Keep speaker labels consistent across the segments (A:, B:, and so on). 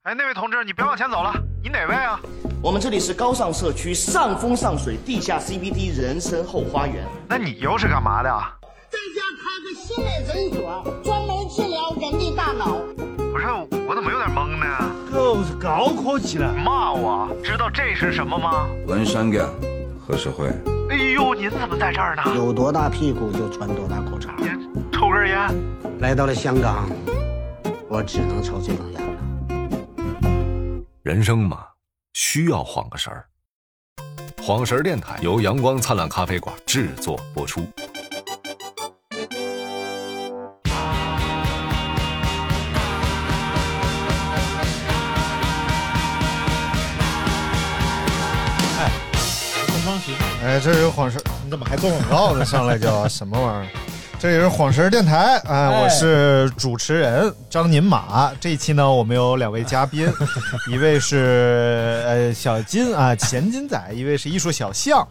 A: 哎，那位同志，你别往前走了，你哪位啊？
B: 我们这里是高尚社区上风上水地下 CBD 人参后花园。
A: 那你又是干嘛的啊？
C: 在家开个心理诊所，专门治疗人的大脑。
A: 不是，我怎么有点懵呢？
D: 狗是高科技了。
A: 骂我？知道这是什么吗？
E: 文山感何时会？
A: 哎呦，您怎么在这儿呢？
C: 有多大屁股就穿多大裤衩。
A: 抽根烟。
C: 来到了香港，我只能抽这种烟了。
F: 人生嘛，需要晃个神儿。晃神儿电台由阳光灿烂咖啡馆制作播出。
D: 哎，这是晃神，你怎么还做广告呢？上来就什么玩意儿？这里是晃神电台，我是主持人张宁马。这一期呢，我们有两位嘉宾，一位是小金啊，钱金仔，一位是艺术小象。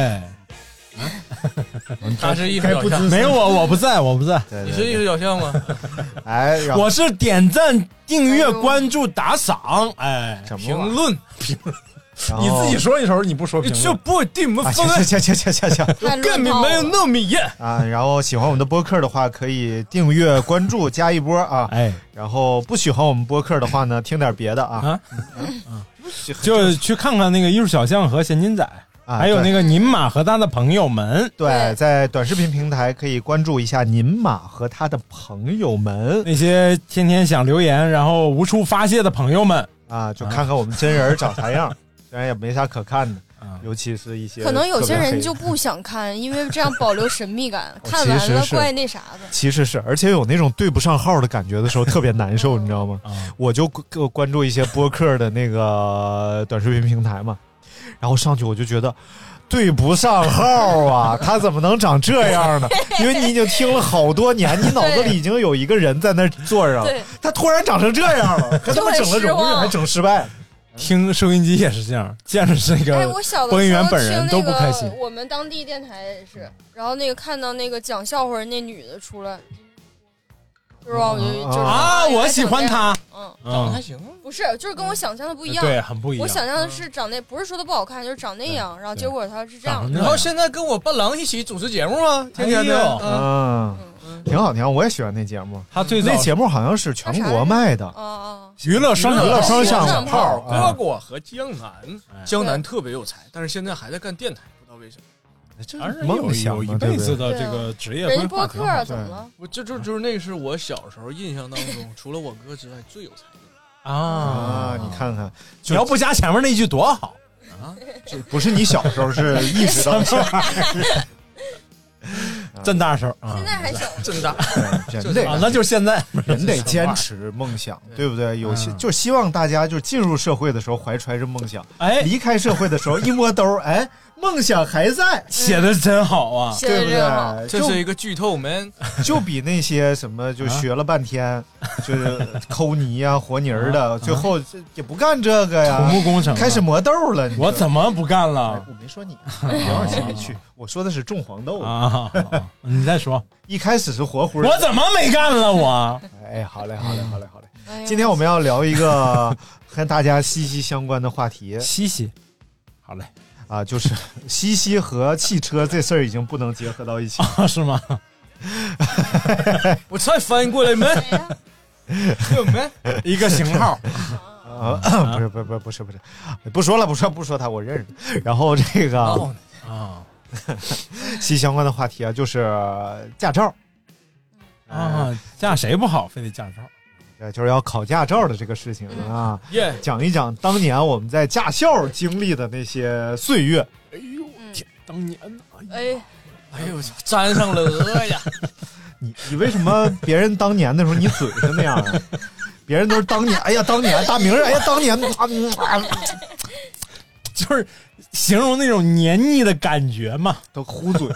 G: 他是艺术小象，
H: 没有我不在。
D: 对
G: 你是艺术小象吗？
D: 哎，
H: 我是点赞、订阅、关注、打赏，
G: 评论。
H: 你自己说一首，你不说评论，
G: 这不定么
D: 行，
G: 根本没有糯米耶
D: 啊！然后喜欢我们的播客的话，可以订阅、关注、加一波啊！然后不喜欢我们播客的话呢，听点别的啊！
H: 就去看看那个艺术小象和咸金仔，还有那个宁马和他的朋友们。
D: 对，在短视频平台可以关注一下宁马和他的朋友们，
H: 那些天天想留言然后无处发泄的朋友们
D: 啊，就看看我们真人长啥样。虽然也没啥可看的，尤其是一些
I: 可能有些人就不想看，因为这样保留神秘感，看完了怪那啥的。
D: 其实是，而且有那种对不上号的感觉的时候特别难受，你知道吗？我就关注一些播客的那个短视频平台嘛，然后上去我就觉得对不上号啊，他怎么能长这样呢？因为你已经听了好多年，你脑子里已经有一个人在那坐着了，他突然长成这样了，他怎么整了荣誉还整失败？
H: 听收音机也是这样，见着这个播音员本人都不开心。
I: 我们当地电台也是，然后那个看到那个讲笑话那女的出来，是吧？我就
H: 我喜欢她，
G: 长得还行，
I: 不是，就是跟我想象的不一样，
H: 对，很不一样。
I: 我想象的是长那，不是说她不好看，就是长那样，然后结果她是这样。
G: 然后现在跟我伴郎一起主持节目吗？天天的，
D: 挺好，我也喜欢那节目。
H: 他最早
D: 那节目好像是全国卖的，
H: 娱乐双响炮，
G: 蝈蝈和江南，江南特别有才，但是现在还在干电台，不知道为什么。
D: 这梦想
H: 有一辈子的这个职业规划。
I: 人播客怎么了？
G: 我就是那是我小时候印象当中，除了我哥之外最有才的
D: 啊！你看看，
H: 你要不加前面那句多好
D: 啊！这不是你小时候，是一直到
H: 真大手啊！
I: 现在还小，
G: 真大，
D: 人得
H: 那就是现在，
D: 人得坚持梦想，对不对？有些就希望大家就进入社会的时候怀揣着梦想，离开社会的时候一摸兜，梦想还在。
H: 写的真好啊，
D: 对不对？
G: 这是一个剧透 man，
D: 就比那些什么就学了半天，就是抠泥啊、和泥儿的，最后也不干这个呀，
H: 土木工程
D: 开始磨豆了。
H: 我怎么不干了？
D: 我没说你，别往心里去。我说的是种黄豆
H: 啊。你再说，
D: 一开始是活活的。
H: 我怎么没干了我？
D: 好嘞。今天我们要聊一个和大家息息相关的话题。
H: 好嘞。
D: 就是西西和汽车这事儿已经不能结合到一起
H: 啊？是吗？
G: 我再翻译过来没？
H: 一个型号
D: 不说了，不说他，我认识。然后这个息息相关的话题就是驾照
H: 驾谁不好，非得驾照。
D: 就是要考驾照的这个事情啊，讲一讲当年我们在驾校经历的那些岁月。
H: 哎呦天，当年
G: 哎呦，沾上了鹅呀！
D: 你为什么别人当年的时候你嘴是那样啊？别人都是当年，当年大明儿，当年
H: 就是形容那种黏腻的感觉嘛，
D: 都糊嘴。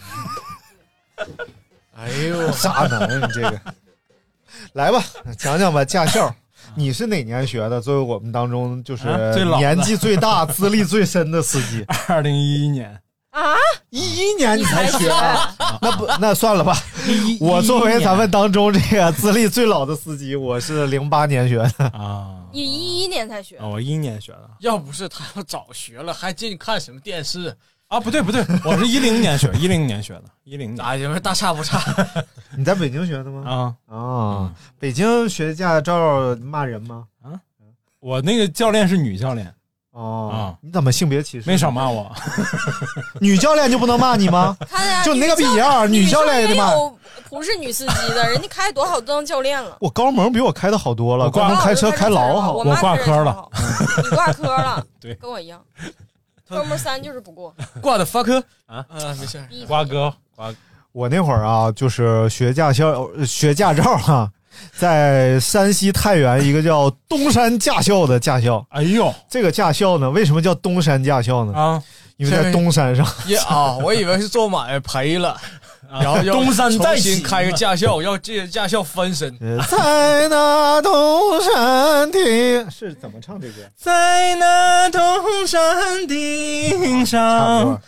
D: 哎呦，渣男你这个。来吧，讲讲吧，驾校，你是哪年学的？作为我们当中就是年纪最大、资历最深的司机。
H: 2011年
I: 啊
D: ，11年你才学啊？那算了吧。我作为咱们当中这个资历最老的司机，我是08年学的
H: 啊。
I: 你11年才学？
H: 我11年学的。
G: 要不是他要早学了，还进去看什么电视
H: 啊？不对，我是10年学，10年学的，10年。
G: 咋的？大差不差。
D: 你在北京学的吗？北京学驾照骂人吗？
H: 我那个教练是女教练。
D: 你怎么性别歧视？
H: 没少骂我。
D: 女教练就不能骂你吗？就你那个逼样，女教练也得骂。
I: 不是女司机的，人家开多好都当教练了。
D: 我高萌比我开的好多了，高萌开车开老好。
I: 我
H: 挂科了，
I: 你挂科了，
H: 对，
I: 跟我一样。哥们3就是不过，
G: 挂的发科
H: 没
G: 事。
H: 瓜哥，
D: 我那会儿啊，就是学驾照啊。在山西太原一个叫东山驾校的驾校。
H: 哎呦，
D: 这个驾校呢，为什么叫东山驾校呢？因为在东山上。
G: 我以为是做买卖赔了，然后要
H: 东山再起
G: 开个驾校，要这驾校翻身。
D: 在那东山顶是怎么唱这歌？
H: 在那东山顶上。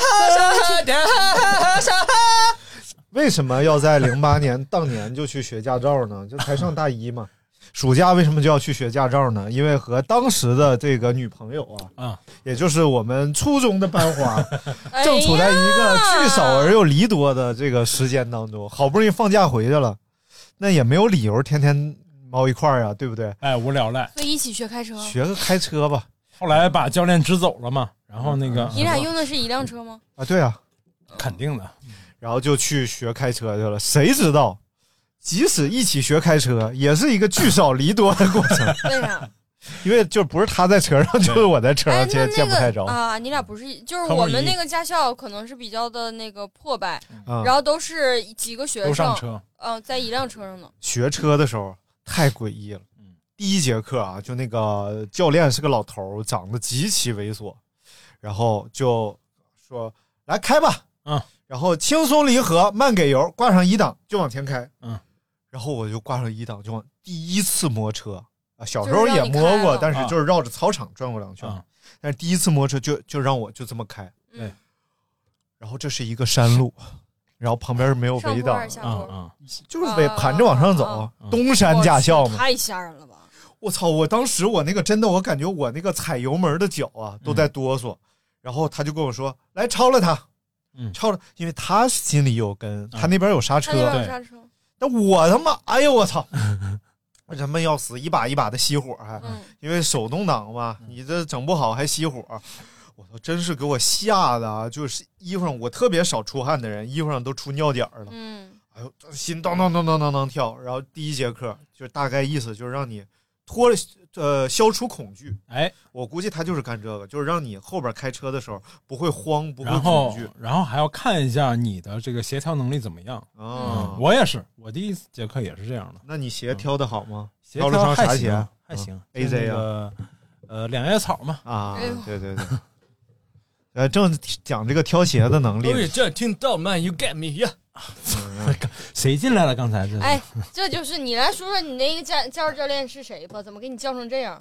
D: 为什么要在08年当年就去学驾照呢？就才上大一嘛。暑假为什么就要去学驾照呢？因为和当时的这个女朋友也就是我们初中的班花，正处在一个聚少而又离多的这个时间当中，好不容易放假回去了，那也没有理由天天猫一块儿啊，对不对？
H: 无聊赖，
I: 所以一起学开车，
D: 学个开车吧。
H: 后来把教练支走了嘛，然后那个
I: 你俩用的是一辆车吗？
D: 对啊，
H: 肯定的。
D: 然后就去学开车去了，谁知道即使一起学开车也是一个聚少离多的过程。
I: 为啥？
D: 因为就不是他在车上，就是我在车上，见不太着
I: 你俩不是，就是我们那个驾校可能是比较的那个破败，然后都是几个学生
H: 都上车，
I: 在一辆车上呢。
D: 学车的时候太诡异了。第1节课啊，就那个教练是个老头，长得极其猥琐，然后就说来开吧，然后轻松离合，慢给油，挂上1档就往前开，然后我就挂上1档，就往第一次摸车啊，小时候也摸过，但是就是绕着操场转过2圈，但是第一次摸车就让我就这么开，然后这是一个山路，然后旁边没有围挡，就是盘着往上走，东山驾校嘛，
I: 太吓人了吧！
D: 我操！我当时我那个真的，我感觉我那个踩油门的脚啊都在哆嗦，然后他就跟我说：“来超了他。”超了，因为他心里有根，他那边有刹车，但我他妈，哎呦我操！我他妈要死，一把一把的熄火，还因为手动挡嘛，你这整不好还熄火，我操，真是给我吓的啊！就是衣服上，我特别少出汗的人，衣服上都出尿点了，哎呦，心当当当当当当跳。然后第1节课就大概意思就是让你消除恐惧。我估计他就是干这个，就是让你后边开车的时候不会慌，不会恐惧，
H: 然后还要看一下你的这个协调能力怎么样。我也是，我第1节课也是这样的。
D: 那你鞋挑的好吗？
H: 挑
D: 得上啥鞋？
H: 还行
D: ，AZ 啊，
H: 两叶草嘛。
D: 对对对。正讲这个挑鞋的能力。
G: 这听到man you get me 呀。
H: 谁进来了？刚才
I: 这就是你来说说你那个驾照教练是谁吧？怎么给你叫成这样？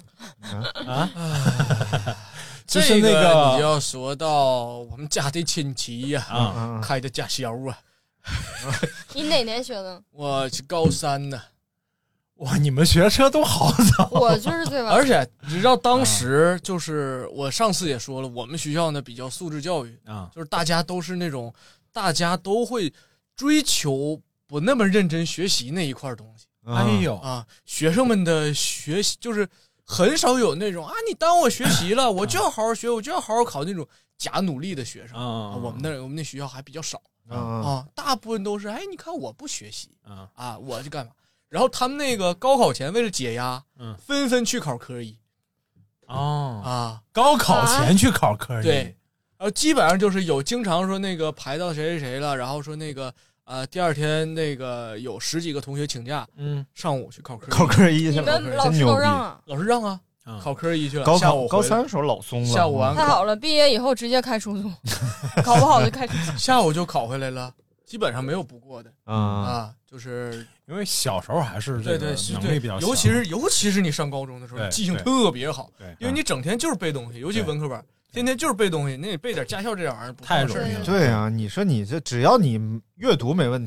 H: 就是那
G: 个你就要说到我们家的亲戚呀，开的驾校啊。
I: 你哪年学的？
G: 我是高3呢。
H: 哇，你们学车都好早。
I: 我就是对吧？
G: 而且你知道当时就是我上次也说了，我们学校呢比较素质教育就是大家都是那种大家都会追求不那么认真学习那一块东西。学生们的学习就是很少有那种你耽误我学习了，我就要好好学，我就要好好考那种假努力的学生。我们那学校还比较少大部分都是你看我不学习我就干嘛。然后他们那个高考前为了解压，纷纷去考科一。
H: 高考前去考科一。
G: 对，然后基本上就是经常说那个排到谁谁谁了，然后说那个第2天那个有10几个同学请假，上午去考科一。
D: 考科一，
I: 你们老师都让啊？
G: 老师让啊，考科一去了。
D: 高3的时候老松了，
G: 下午完
I: 太好了，毕业以后直接开出租，考不好就开出租。
G: 下午就考回来了，基本上没有不过的就是
H: 因为小时候还是这个能力比较强，
G: 尤其是你上高中的时候，记性特别好，因为你整天就是背东西，尤其文科班，天天就是背东西，那你背点驾校这玩意儿不
H: 太容易了。
D: 对啊，你说你这只要你阅读没问题，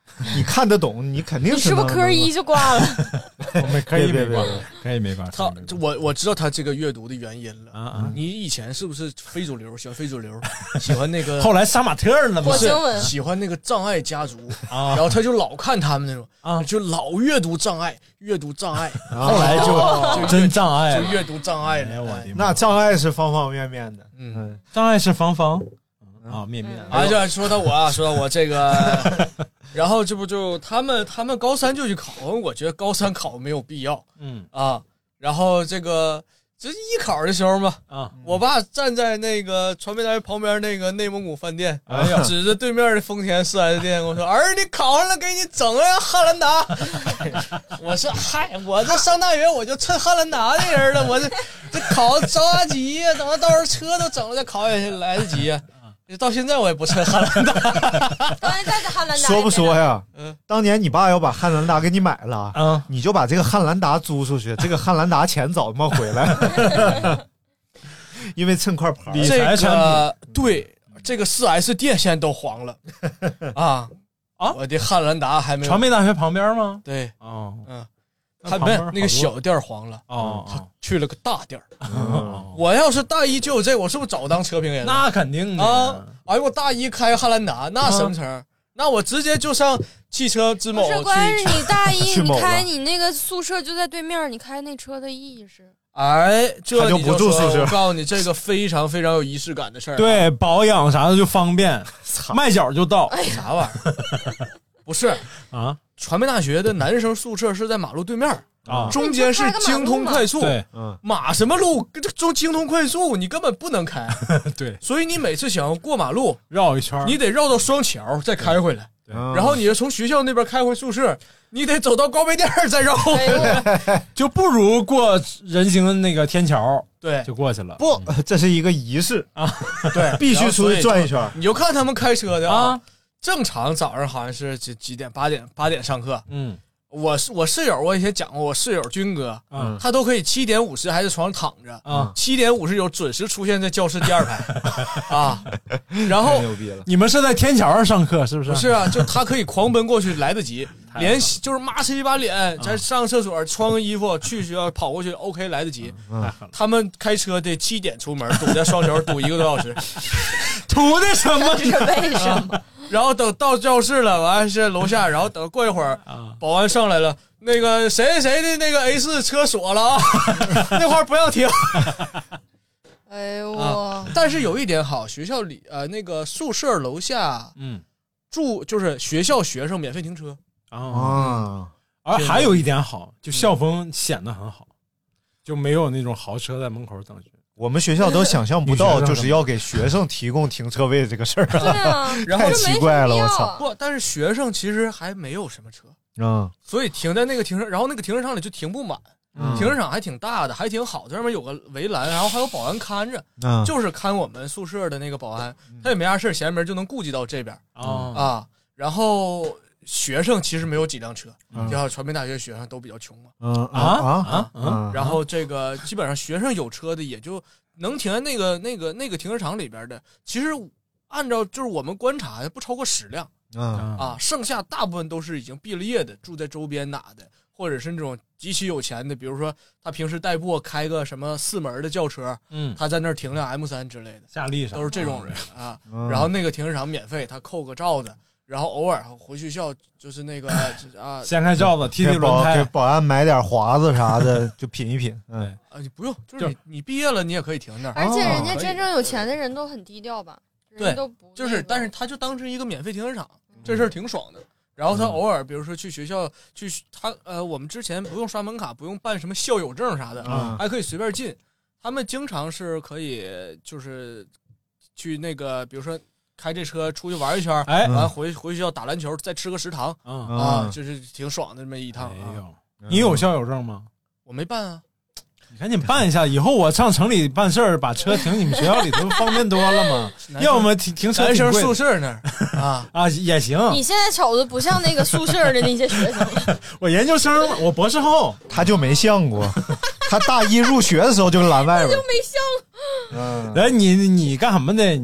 D: 你看得懂，你肯定是
I: 你是不是科一就挂了？
H: 我们科一没挂，科一没挂。
G: 我知道他这个阅读的原因了啊！你以前是不是非主流？喜欢非主流，喜欢那个
H: 后来杀马特呢？
G: 不是喜欢那个障碍家族啊？然后他就老看他们那种啊，就老阅读障碍，阅读障碍。
H: 后来就真障碍，
G: 就阅读障碍了。
H: 我的
D: 那障碍是方方面面的，
H: 障碍是方方啊面面。
G: 啊，就说到我这个。然后这不就他们高三就去考，我觉得高三考没有必要，然后这艺考的时候嘛，我爸站在那个传媒大学旁边那个内蒙古饭店，指着对面的丰田4S店，我说儿你考上了，给你整个汉兰达。我说嗨，我这上大学我就趁汉兰达的人了，我这考着急呀，等到时候车都整了再考也来得及呀。到现在我也不趁汉兰达，
I: 到现在的汉兰达
D: 说不说呀？当年你爸要把汉兰达给你买了，你就把这个汉兰达租出去，这个汉兰达钱早他妈回来了，因为蹭块牌。
G: 这个对，这个4S 店现在都黄了啊！我的汉兰达还没有。
H: 传媒大学旁边吗？
G: 对，还没那个小店黄了他去了个大店我要是大一就有这，我是不是早当车评人？
H: 那肯定的
G: 啊！哎呦，我大一开汉兰达，那什么车？那我直接就上汽车之某。
I: 不是，关键是你大一你开你那个宿舍就在对面，你开那车的意义是？
G: 哎，这
D: 就不住宿舍。
G: 我告诉你，这个非常非常有仪式感的事儿。
H: 对，保养啥的就方便，迈脚就到。
G: 啥玩意儿？不是啊。传媒大学的男生宿舍是在马路对面中间是京通快速，
H: 对，
G: 马什么路？中京通快速你根本不能开，
H: 对，
G: 所以你每次想要过马路
H: 绕一圈，
G: 你得绕到双桥再开回来，然后你从学校那边开回宿舍，你得走到高碑店再绕回来，
H: 就不如过人行的那个天桥，
G: 对，
H: 就过去了。
D: 不，这是一个仪式
G: 啊，对，
D: 必须出去转一圈。
G: 你就看他们开车的啊。正常早上好像是几点？8点上课。我室友我以前讲过，我室友军哥，他都可以7点50还在床上躺着，7点59准时出现在教室第2排啊。然后
H: 你们是在天桥上上课是不是？
G: 不是啊，就他可以狂奔过去来得及，连就是抹洗一把脸，再上厕所穿个衣服去学校跑过去 ，OK 来得及。他们开车得7点出门，堵在双桥堵1个多小时，
H: 堵的什么？
I: 是为什么？
G: 然后等到教室了，完是楼下，然后等过一会儿，保安上来了，那个谁的那个 A4 车锁了啊，那块儿不让停。
I: 哎呦
G: 但是有一点好，学校里那个宿舍楼下，住就是学校学生免费停车
H: 而还有一点好，就校风显得很好，就没有那种豪车在门口等学。
D: 我们学校都想象不到，就是要给学生提供停车位这个事儿。
I: 对啊，
D: 太奇怪了，我操！
G: 不，但是学生其实还没有什么车所以停在那个停车，然后那个停车场里就停不满。停车场还挺大的，还挺好的，上面有个围栏，然后还有保安看着，就是看我们宿舍的那个保安，他也没啥事闲没就能顾及到这边然后学生其实没有几辆车，像传媒大学学生都比较穷嘛，然后这个基本上学生有车的也就能停在那个停车场里边的，其实按照就是我们观察不超过10辆剩下大部分都是已经毕了业的，住在周边哪的，或者是那种极其有钱的，比如说他平时代步开个什么4门的轿车，他在那儿停辆 M3之类的，
H: 夏利上
G: 都是这种人然后那个停车场免费，他扣个罩子。然后偶尔回学校就是那个
H: 掀开罩子踢踢轮胎，
D: 给保安买点华子啥的就品一品。
G: 你不用，就是你毕业了你也可以停那儿。
I: 而且人家真正有钱的人都很低调吧？
G: 对，
I: 都不
G: 就是但是他就当成一个免费停车场，这事儿挺爽的。然后他偶尔比如说去学校去我们之前不用刷门卡，不用办什么校友证啥的，还可以随便进。他们经常是可以就是去那个比如说开这车出去玩一圈，完回学校打篮球，再吃个食堂就是挺爽的这么一趟。
H: 你有校友证吗？
G: 我没办啊。
H: 你赶紧办一下，以后我上城里办事儿，把车停你们学校里头方便多了嘛。要么停车
G: 男生宿舍那儿
H: 也行。
I: 你现在瞅着不像那个宿舍的那些学生。
H: 我研究生，我博士后，
D: 他就没像过。他大一入学的时候就拦外边，
I: 就没像。
H: 来，你干什么的？你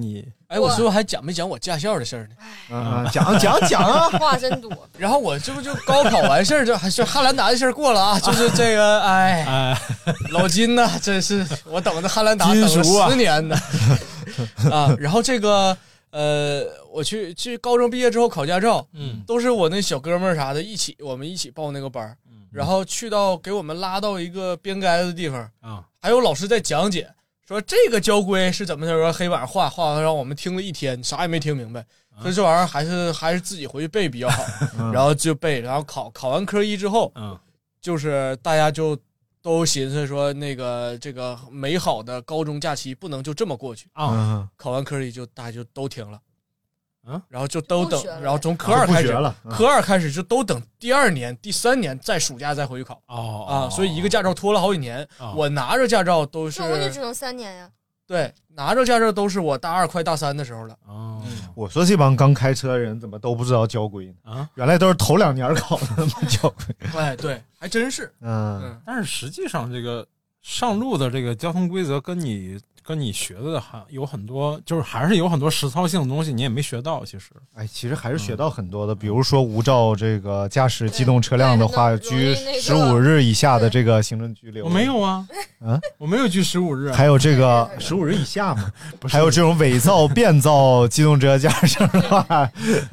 G: 哎，我是不是还讲没讲我驾校的事儿呢？
D: 讲啊，
I: 话真多。
G: 然后我这不就高考完事儿，就还是汉兰达的事儿过了啊，就是这个，哎，老金呐，真是我等着汉兰达等了10年呢啊。然后这个我去高中毕业之后考驾照，都是我那小哥们儿啥的我们一起报那个班，然后去到给我们拉到一个边街的地方啊，还有老师在讲解。说这个交规是怎么着？黑板画完，让我们听了一天，啥也没听明白。所以这玩意儿还是自己回去背比较好。然后就背，然后考完科1之后，就是大家就都寻思说，这个美好的高中假期不能就这么过去啊。考完科1大家就都停了。然后就都等，然后从科2开始，科2开始就都等第2年、第3年再暑假再回去考所以一个驾照拖了好几年。我拿着驾照都是，
I: 我就只能3年呀。
G: 对，拿着驾照都是我大2快大3的时候了。
D: 我说这帮刚开车的人怎么都不知道交规呢？原来都是头2年考的交规。
G: 哎，对，还真是。
H: 但是实际上这个上路的这个交通规则跟你学的有很多，就是还是有很多实操性的东西你也没学到。
D: 其实还是学到很多的，比如说无照这个驾驶机动车辆的话，拘15日以下的这个行政拘留。
H: 我没有啊，我没有拘15日。
D: 还有这个15日以下嘛，还有这种伪造、变造机动车驾驶的话，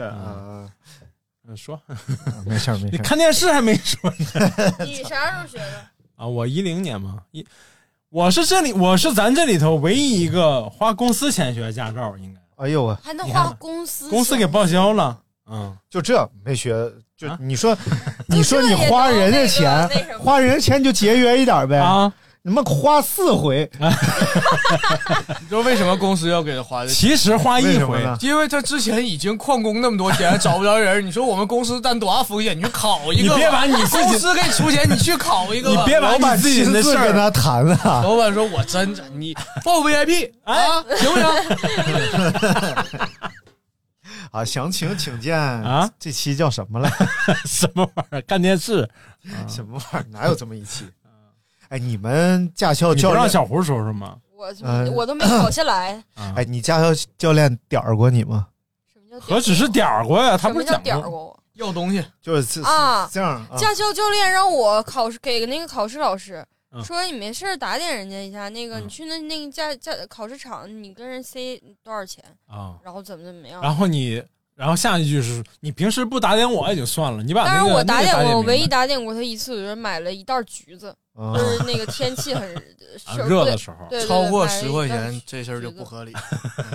H: 说
D: 没事。
H: 你看电视还没说呢。
I: 你啥时候学的？
H: 啊，我10年嘛，我是咱这里头唯一一个花公司钱学驾照，应该。
D: 哎呦啊，
I: 还能花公司
H: 给报销了。
D: 就这没学，就你说你花人家钱，花人家钱就节约一点呗啊。你们花4回，
G: 你知道为什么公司要给他花？
H: 其实花1回，
G: 因为他之前已经旷工那么多天，找不着人。你说我们公司担多大风险？你去考一个，
H: 你别把你自己
G: 公司给你出钱，你去考一个。
H: 你别把你自己的事
D: 跟他谈啊。
G: 老板说：“我真你报 VIP 啊，行不行？”
D: 啊，详情请见啊！这期叫什么来？
H: 什么玩意儿？干电视？
D: 什么玩意儿？哪有这么一期？哎，你们驾校教练
H: 让小胡说说吗？
I: 我都没考下来。
D: 哎，你驾校教练点儿过你吗？
I: 什么叫
H: 何止是点儿过呀？他不是
I: 点儿过我？
G: 要东西
D: 就是这样。
I: 驾校教练让我给那个考试老师说，你没事打点人家一下，那个你去那个考试场，你跟人 say 多少钱啊？然后怎么样？
H: 然后下一句是你平时不打点我也就算了，你把那个。
I: 当然我打点过，我唯一打点过他一次，就是买了一袋橘子。就是那个天气很
H: 热的时候，
G: 超过10块钱这事儿就不合理。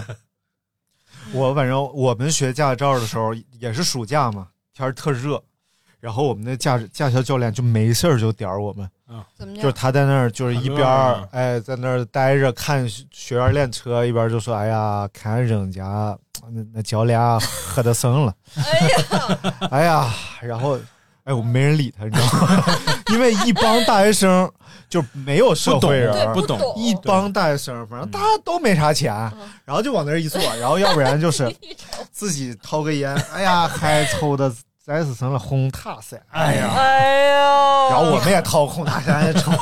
D: 反正我们学驾照的时候也是暑假嘛，天特热，然后我们的驾校教练就没事就点我们，就是他在那儿就是一边在那儿待着看学员练车，一边就说：“哎呀，看人家那教练喝得生了。”哎呀，然后。我没人理他，你知道吗？因为一帮大学生就没有社会人，
H: 不懂，
D: 一帮大学生，反正大家都没啥钱，然后就往那儿一坐，然后要不然就是自己掏个烟，哎呀，还抽的再是成了红塔山，哎呀，然后我们也掏红塔山也抽，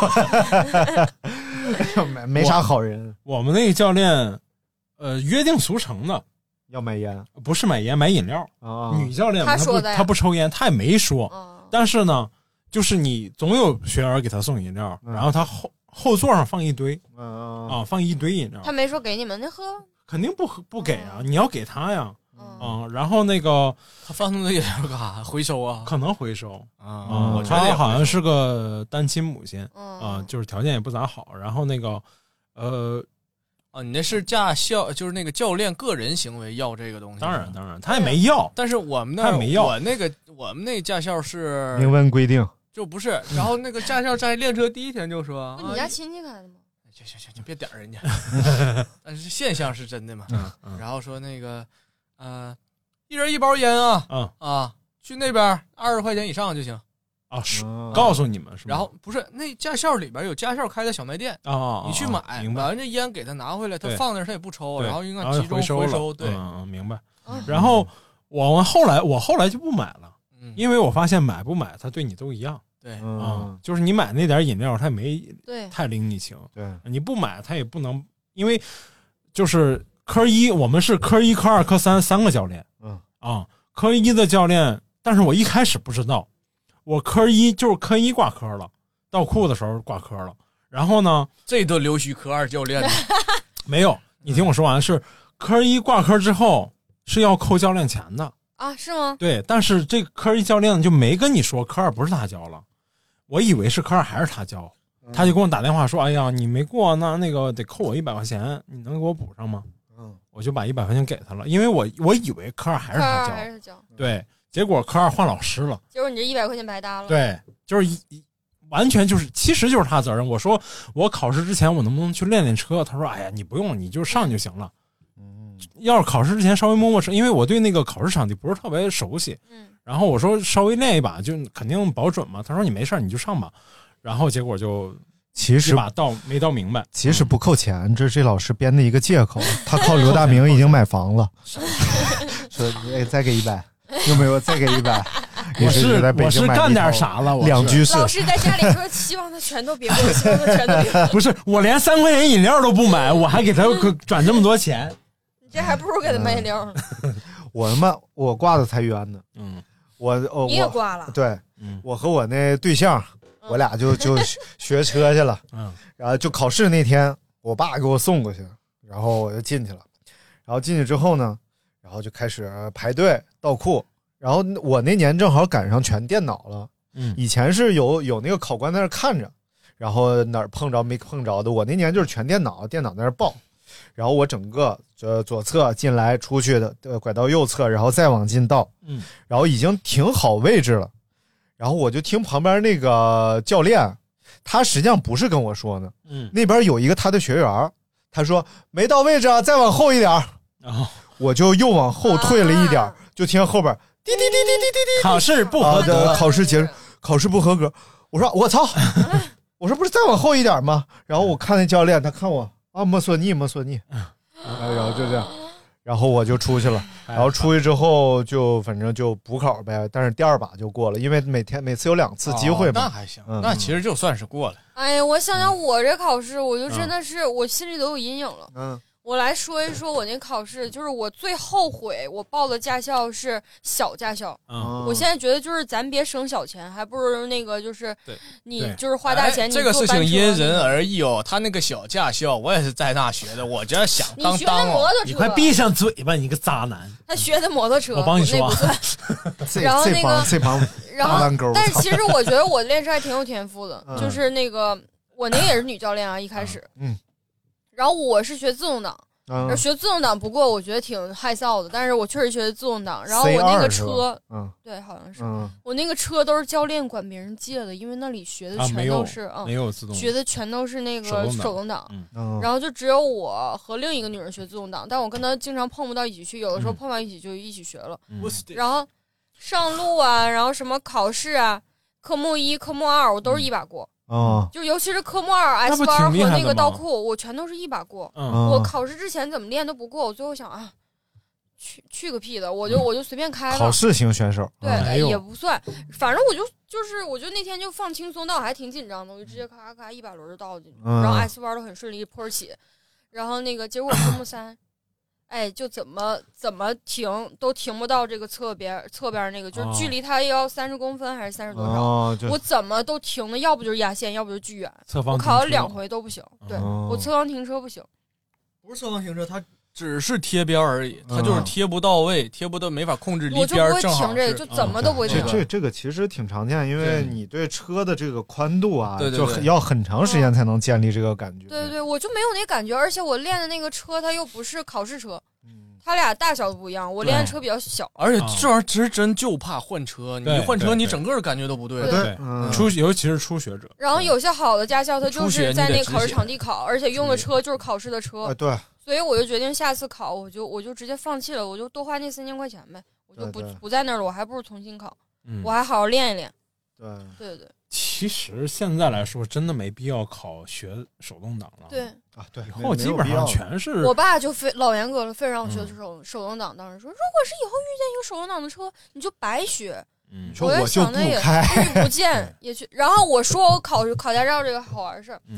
D: 没啥好人。
H: 我们那个教练，约定俗成的。
D: 要买烟？
H: 不是买烟，买饮料啊。女教练他不抽烟，他也没说。但是呢，就是你总有学员给他送饮料，然后他后座上放一堆，放一堆饮料。
I: 他没说给你们那喝，
H: 肯定不给啊！你要给他呀，然后那个
G: 他放那么多饮料干啥？回收啊？
H: 可能回收
G: 啊。
H: 他好像是个单亲母亲就是条件也不咋好。然后那个
G: 你那是驾校，就是那个教练个人行为要这个东西。
H: 当然，他也没要。
G: 但是我们那
H: 也没要。
G: 我们那驾校是
D: 明文规定，
G: 就不是。然后那个驾校在练车第1天就说：“
I: 你家亲戚开的吗？”
G: 行，你别点人家。但是现象是真的嘛？然后说那个一人1包烟啊，去那边20块钱以上就行。
H: 告诉你们是吧？
G: 然后不是那驾校里边有驾校开的小卖店你去买，完这烟给他拿回来，他放那儿他也不抽，然后应该集中回收。对，
H: 明白。然后我后来就不买了，因为我发现买不买他对你都一样。
G: 对
H: 就是你买那点饮料他也没
I: 对
H: 太领你情，
D: 对，
H: 你不买他也不能，因为就是科一我们是科一、科二、科三3个教练。科一的教练，但是我一开始不知道，我科一就是科一挂科了，倒库的时候挂科了。然后呢，
G: 这都留须科二教练
H: 没有，你听我说完，是科一挂科之后是要扣教练钱的
I: 啊？是吗？
H: 对，但是这个科一教练就没跟你说科二不是他教了，我以为是科二还是他教，他就跟我打电话说：“哎呀，你没过，那个得扣我100块钱，你能给我补上吗？”我就把100块钱给他了，因为我以为科二还是他教，对，结果科二换老师了，
I: 结果你这100块钱白搭了。
H: 对，就是完全就是，其实就是他责任。我说我考试之前我能不能去练练车？他说：“哎呀，你不用，你就上就行了。”要是考试之前稍微摸摸车，因为我对那个考试场地不是特别熟悉，然后我说稍微练一把就肯定保准嘛。他说你没事你就上吧，然后结果就。
D: 其实
H: 没到明白，
D: 其实不扣钱，这是老师编的一个借口。他靠刘大明已经买房了，说再给100，有没有再给100？
H: 我是干点啥了
D: ？2居室。
I: 老师在家里说，希望他全都别过，希望他全都别过。
H: 不是，我连3块钱饮料都不买，我还给他转这么多钱，
I: 你这还不如给他买饮料呢。
D: 我挂的才冤呢。
I: 你也挂了？
D: 对，我和我那对象。我俩就学车去了，然后就考试那天，我爸给我送过去，然后我就进去了，然后进去之后呢，然后就开始排队倒库，然后我那年正好赶上全电脑了，以前是有那个考官在那看着，然后哪儿碰着没碰着的，我那年就是全电脑在那报，然后我整个左侧进来出去的拐到右侧，然后再往进倒，然后已经停好位置了。然后我就听旁边那个教练，他实际上不是跟我说呢，那边有一个他的学员，他说没到位置啊，再往后一点，我就又往后退了一点，就听后边滴滴滴滴滴滴滴，
H: 考试不合格，
D: 考试结束，考试不合格。我说我操，我说不是再往后一点吗？然后我看那教练，他看我啊，没说你，然后就这样。然后我就出去了，然后出去之后就反正就补考呗，但是第2把就过了，因为每次有2次机会嘛。
G: 那还行，那其实就算是过了。
I: 哎呀，我想想我这考试，我就真的是我心里都有阴影了。我来说一说我那考试，就是我最后悔我报的驾校是小驾校。我现在觉得就是咱别省小钱，还不如那个就是你就是花大钱。
G: 这个事情因人而异哦。他那个小驾校我也是在那学的，我觉得想当
I: 哦。
H: 你快闭上嘴吧，你个渣男！
I: 他学的摩托车，
H: 我帮你说。
I: 然后那个
D: 这帮大弯钩。
I: 但是其实我觉得我练车还挺有天赋的，就是那个我那个也是女教练啊，一开始。然后我是学自动挡，学自动挡，不过我觉得挺害臊的，但是我确实学的自动挡。然后我那个车，对，好像是，我那个车都是教练管别人借的，因为那里学的全都是
H: 没有自动挡，
I: 学的全都是那个手动挡。然后就只有我和另一个女人学自动挡，但我跟她经常碰不到一起去，有的时候碰到一起就一起学了。然后上路啊，然后什么考试啊，科目1、科目2我都是1把过。就尤其是科目2 S 班和那个倒库，我全都是1把过。我考试之前怎么练都不过，我最后想啊，去个屁的，我就随便开了。
D: 考试型选手，
I: 对，也不算，反正我就那天就放轻松，但我还挺紧张的，我就直接咔1把轮就倒进去，然后 S 班都很顺利，坡起，然后那个结果科目3。哎，就怎么停都停不到这个侧边那个，就是距离它要30公分还是30多少，我怎么都停的，要不就是压线，要不就巨远。我考了2回都不行，对，我侧方停车不行，
G: 不是侧方停车，它只是贴边而已，它就是贴不到位，贴不到没法控制离边正好。
I: 我就不会停这个，就怎么都不会停。
D: 这个其实挺常见，因为你对车的这个宽度啊，就要很长时间才能建立这个感觉。
I: 对，我就没有那感觉，而且我练的那个车它又不是考试车，它俩大小都不一样，我练的车比较小。
G: 而且这玩意儿其实真就怕换车，你一换车你整个感觉都不对。
I: 对，
H: 尤其是初学者。
I: 然后有些好的驾校它就是在那个考试场地考，而且用的车就是考试的车。
D: 对。
I: 所以我就决定下次考，我就直接放弃了，我就多花那3000块钱呗，我就不在那儿了，我还不如重新考，我还好好练一练。对。
H: 其实现在来说，真的没必要考学手动挡了。
I: 对
H: 以后基本上全是。
I: 我爸就老严格了，非让我学手动挡。当时说，如果是以后遇见一个手动挡的车，你就白学。我就想那也不见也去。然后我说我考驾照这个好玩事儿。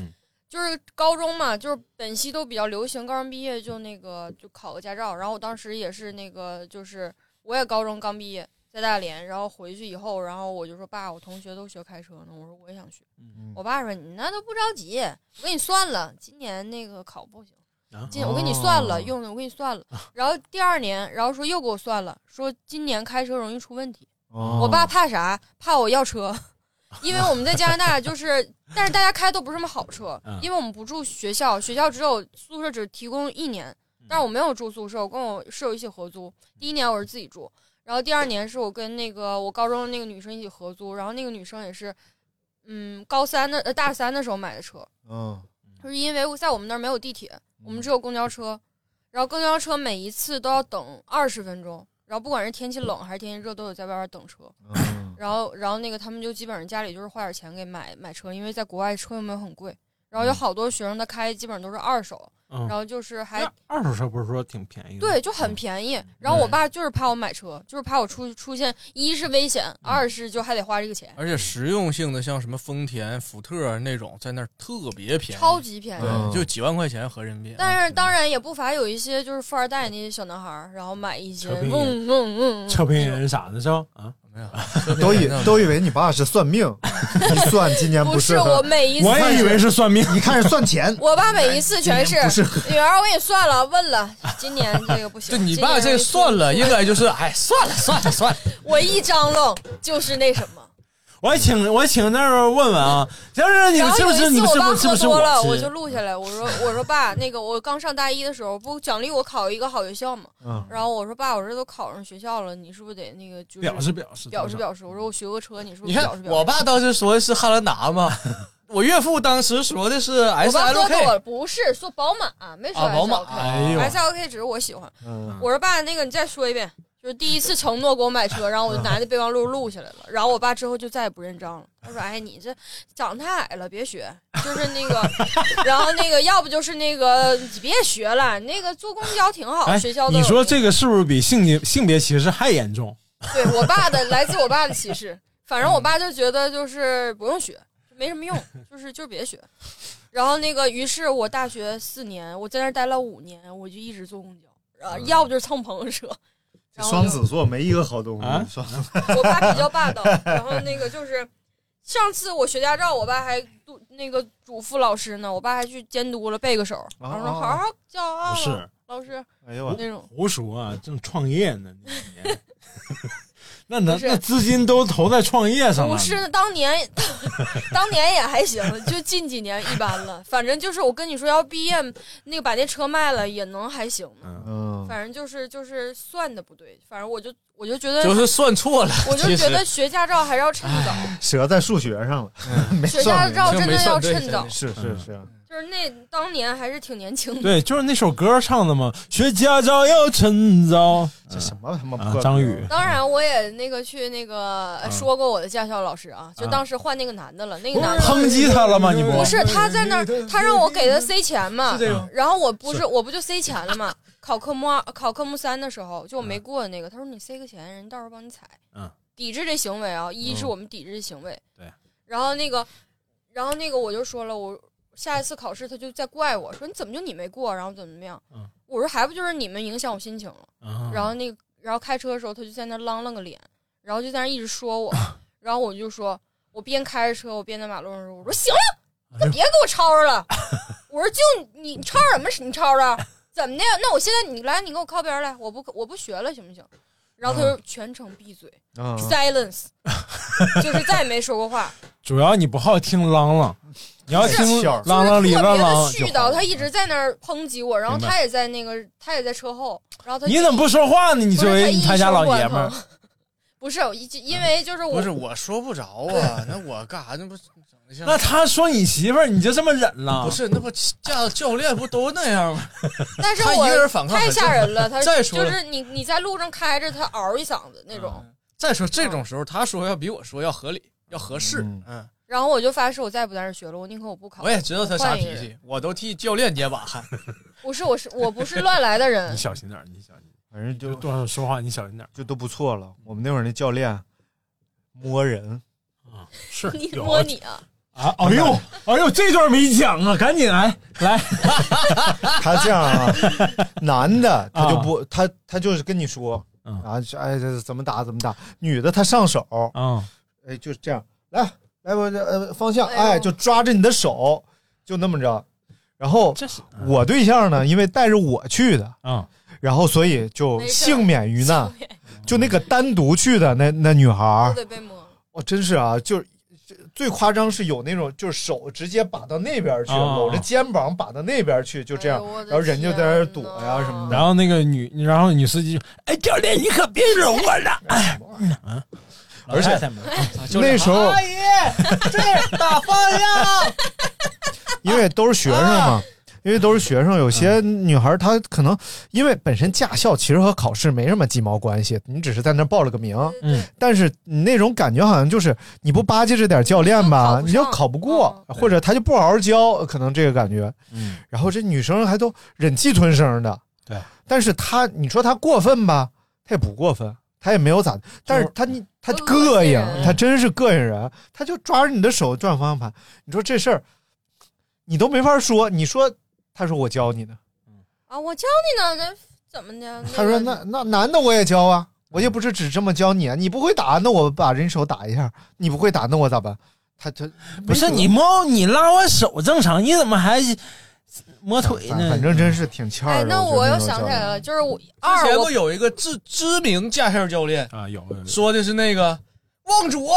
I: 就是高中嘛，就是本系都比较流行，高中毕业就那个就考个驾照。然后我当时也是那个，就是我也高中刚毕业，在大连，然后回去以后，然后我就说爸，我同学都学开车呢，我说我也想学。我爸说你那都不着急，我给你算了，今年那个考不行。我给你算了，用的我给你算了，然后第2年，然后说又给我算了，说今年开车容易出问题。我爸怕啥？怕我要车。因为我们在加拿大就是，但是大家开都不是什么好车，因为我们不住学校，学校只有宿舍只提供1年，但是我没有住宿舍，我跟我室友一起合租。第1年我是自己住，然后第2年是我跟那个我高中的那个女生一起合租，然后那个女生也是，大3的时候买的车，就是因为在我们那儿没有地铁，我们只有公交车，然后公交车每一次都要等20分钟。然后不管是天气冷还是天气热，都有在外边等车。然后那个他们就基本上家里就是花点钱给买车，因为在国外车又没有很贵。然后有好多学生他开基本上都是2手，然后就是还
H: 2手车不是说挺便宜的？
I: 对，就很便宜。然后我爸就是怕我买车，就是怕我出现1是危险，2是就还得花这个钱。
G: 而且实用性的像什么丰田、福特那种，在那儿特别便宜，
I: 超级便宜，
G: 就几万块钱合人民币。
I: 但是当然也不乏有一些就是富二代那些小男孩，然后买一些
H: 车评人啥的是吧？啊。
J: 都以为你爸是算命，一算今年
I: 不
J: 是
I: 我每一次
H: 我也以为是算命，
J: 一看是算钱。
I: 我爸每一次全是女儿，我给你算了，问了，今年这个不行。
G: 就你爸这算了，应该就是算了。
I: 我一张罗就是那什么。
H: 我请那儿问问啊，就是你们是不是你们是不是
I: 多了，我就录下来。我说爸，那个我刚上大1的时候，不奖励我考一个好学校嘛。然后我说爸，我这都考上学校了，你是不是得那个就是
H: 表示？
I: 我说我学个车，你是不是表示？
G: 我爸当时说的是汉兰达嘛，我岳父当时说的是 SLK。
I: 我爸说我不是说宝马，没说 SLK。
G: 宝马
I: ，SLK 只是我喜欢。我说爸，那个你再说一遍。就是第一次承诺给我买车，然后我就拿那备忘录录下来了。然后我爸之后就再也不认账了。他说：“哎，你这长得太矮了，别学。就是那个，然后那个，要不就是那个，你别学了。那个坐公交挺好，学校都有。”
H: 你说这个是不是比性别歧视还严重？
I: 对我爸的来自我爸的歧视。反正我爸就觉得就是不用学，没什么用，就是别学。然后那个，于是我大学4年，我在那儿待了5年，我就一直坐公交，要不就是蹭朋友车。
J: 双子座没一个好东西。
I: 我爸比较霸道，然后那个就是上次我学驾照，我爸还那个嘱咐老师呢，我爸还去监督了背个手，然后说好好教啊，老师，
J: 哎呦
I: 那种
H: 胡说啊，正创业呢，那资金都投在创业上了。
I: 不是，当年也还行，就近几年一般了。反正就是我跟你说，要毕业那个把那车卖了也能还行呢。反正就是算的不对，反正我就觉得
G: 就是算错了。
I: 我就觉得学驾照还是要趁早。
J: 折在数学上了，
I: 学驾照真的要趁早。
J: 是。
I: 就是那当年还是挺年轻的。
H: 对，就是那首歌唱的嘛，学驾照要趁早。
J: 这什么他妈
H: 张宇。
I: 当然我也那个去那个说过我的驾校老师啊，就当时换那个男的了，那个男的
H: 抨击他了吗？你
I: 不是他在那儿，他让我给他塞钱嘛，然后我不就塞钱了吗？考科目3的时候，就我没过的那个，他说你塞个钱，人到时候帮你踩。抵制这行为啊，一是我们抵制这行为。
H: 对。
I: 然后那个我就说了，我下一次考试他就在怪我说你怎么就你没过，然后怎么样？我说还不就是你们影响我心情了。然后开车的时候他就在那啷个脸，然后就在那一直说我，然后我就说，我边开着车我边在马路上说，我说行了，你别给我吵吵了。我说就你吵什么？你吵吵怎么的？那我现在你来，你给我靠边来，我不学了行不行？然后他就全程闭嘴，silence， 就是再也没说过话。
H: 主要你不好听啷啷，你要听啷啷里啷啷。
I: 絮叨，他一直在那儿抨击我，然后他也在车后，然后他
H: 你怎么不说话呢？你作为他家老爷们儿，
I: 不是因为就是我
G: 不是我说不着啊，那我干啥？那不
H: 那他说你媳妇儿，你就这么忍了？
G: 不是，那不教练不都那样吗？
I: 但是我太吓人了，他就是你在路上开着，他嗷一嗓子那种。
G: 再说这种时候，他说要比我说要合理，要合适。
I: 然后我就发誓，我再也不在这学了，我宁可我不考。
G: 我也知道他啥脾气，我都替教练捏把汗。
I: 不是，我不是乱来的人。
H: 你小心点，你小心。
J: 反正就
H: 多少说话，你小心点，
J: 就都不错了。我们那会儿那教练摸人
H: 是
I: 你摸你啊。
H: 啊！哎呦，这段没讲啊，赶紧来。
D: 他这样啊，男的他就不，他就是跟你说啊，哎，这怎么打怎么打。女的她上手，哎，就是这样，来，我方向，哎，就抓着你的手，就那么着。然后我对象呢，因为带着我去的，然后所以就幸免于难。就那个单独去的那女孩，
I: 都得被摸。
D: 真是啊，就是最夸张是有那种就是手直接把到那边去，搂着肩膀把到那边去，就这样，然后人就在那儿躲呀什么的。
H: 然后那个女司机就，哎，教练你可别揉我了，哎，
D: 而且那时候
G: 阿姨这打方向，
D: 因为都是学生嘛。因为都是学生，有些女孩她可能因为本身驾校其实和考试没什么鸡毛关系，你只是在那报了个名，但是你那种感觉好像就是你不巴结着点教练吧，你就考不过，或者他就不好好教，可能这个感觉。然后这女生还都忍气吞声的，
H: 对。
D: 但是你说她过分吧，她也不过分，她也没有咋，但是她膈应，她真是膈应人，她就抓着你的手转方向盘，你说这事儿你都没法说，你说。他说我教你的，
I: 我教你呢，这怎么的？
D: 他说那男的我也教啊，我也不是只这么教你啊，你不会打，那我把人手打一下，你不会打，那我咋办？他
H: 不是你拉我手正常，你怎么还摸腿呢？
D: 反正真是挺欠的。
I: 那我又想起来了，就是
G: 之前不有一个知名驾校教练
H: 啊，有
G: 说的是那个往左，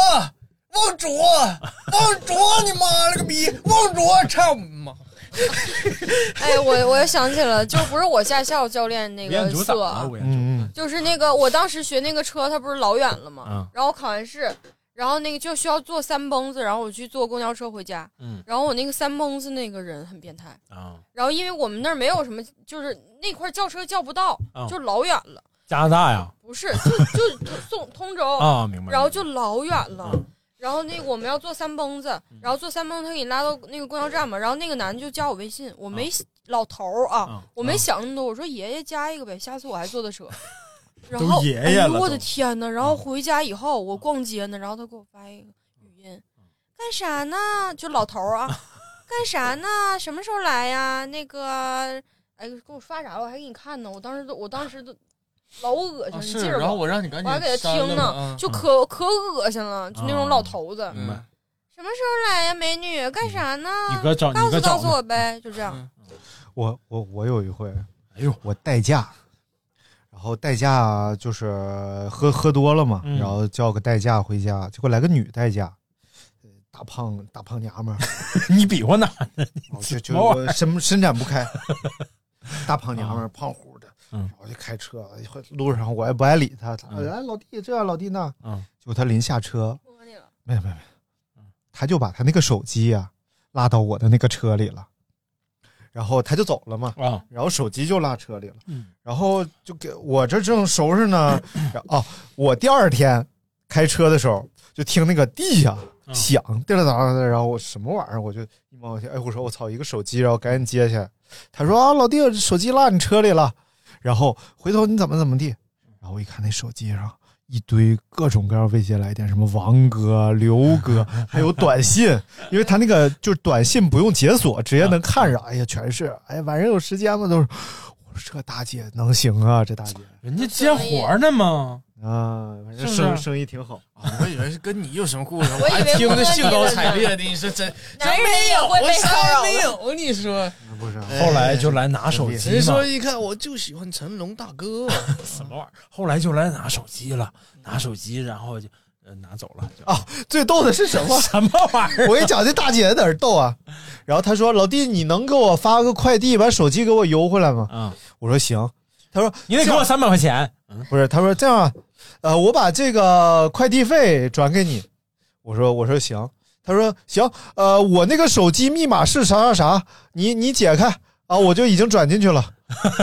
G: 你妈了个逼，往左，操你妈！
I: 哎，我又想起了，就不是我驾校教练那个车，就是那个我当时学那个车，它不是老远了吗？然后我考完试，然后那个就需要坐3蹦子，然后我去坐公交车回家。然后我那个3蹦子那个人很变态然后因为我们那儿没有什么，就是那块叫车叫不到，就老远了。
H: 加拿大呀？
I: 不是，就通州
H: 啊，明白。
I: 然后就老远了。然后那个我们要坐3蹦子，然后坐3蹦子他给你拉到那个公交站嘛，然后那个男的就加我微信，我没老头我没想那么多，我说爷爷加一个呗，下次我还坐的车。然后
H: 爷爷了，
I: 我的天哪！然后回家以后我逛街呢，然后他给我发一个语音，干啥呢？就老头干啥呢？什么时候来呀？那个，哎，给我发啥了？我还给你看呢。我当时都。老恶心，你记着吧。
G: 然后我让你赶紧，
I: 我还给他听呢，就可恶心了，就那种老头子。什么时候来呀，美女？干啥呢？告诉我呗，就这样。
D: 我有一回，哎呦，我代驾，然后代驾就是喝多了嘛，然后叫个代驾回家，结果来个女代驾，大胖娘们儿，
H: 你比划哪呢？
D: 就我伸展不开，大胖娘们儿，胖乎。我就开车，路上我也不爱理他。哎，老弟这老弟那，结果他临下车，没，他就把他那个手机啊拉到我的那个车里了，然后他就走了嘛，然后手机就拉车里了，然后就给我这正收拾呢，我第二天开车的时候就听那个地下响，叮了当的，然后我什么玩意儿，我就一毛钱，哎，我说我操，一个手机，然后赶紧接起来，他说老弟，手机落你车里了。然后回头你怎么地，然后我一看那手机上一堆各种各样未接来电，什么王哥、刘哥，还有短信，因为他那个就是短信不用解锁，直接能看着。哎呀，全是，哎，晚上有时间吗？都是。我说这大姐能行啊，这大姐，
H: 人家接活呢吗？
D: 啊，反正生意挺好。
G: 我以为是跟你有什么故事，我还听着兴高采烈的。你说真没有，我啥没有。你说
D: 不是，
H: 后来就来拿手机。
G: 人说一看我就喜欢成龙大哥，
H: 什么玩意儿？后来就来拿手机了，拿手机然后就拿走了。
D: 最逗的是什么？
H: 什么玩意儿？
D: 我跟你讲，这大姐在哪儿逗啊？然后他说：“老弟，你能给我发个快递，把手机给我邮回来吗？”我说行。他说
H: 你得给我300块钱。
D: 不是，他说这样啊，我把这个快递费转给你。我说行。他说行，我那个手机密码是啥，你解开啊，我就已经转进去了。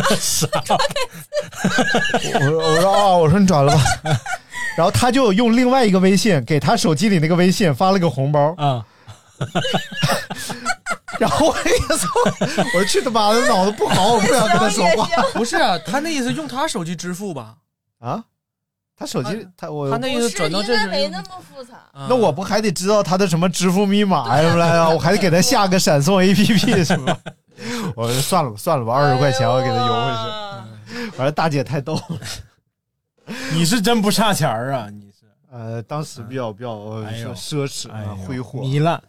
D: 我说你转了吧。然后他就用另外一个微信给他手机里那个微信发了个红包然后我说去他妈的，脑子不好，我不想跟他说话。
G: 不是啊，他那意思用他手机支付吧？
D: 他手机他
G: 那意思转到这
I: 应该没那么复杂。
D: 那我不还得知道他的什么支付密码什么来啊？我还得给他下个闪送 APP 是吧？我说算了吧，20块钱我给他邮回去。反正大姐太逗了，
H: 你是真不差钱啊！你是
D: 当时比较奢侈啊，挥霍
H: 糜烂。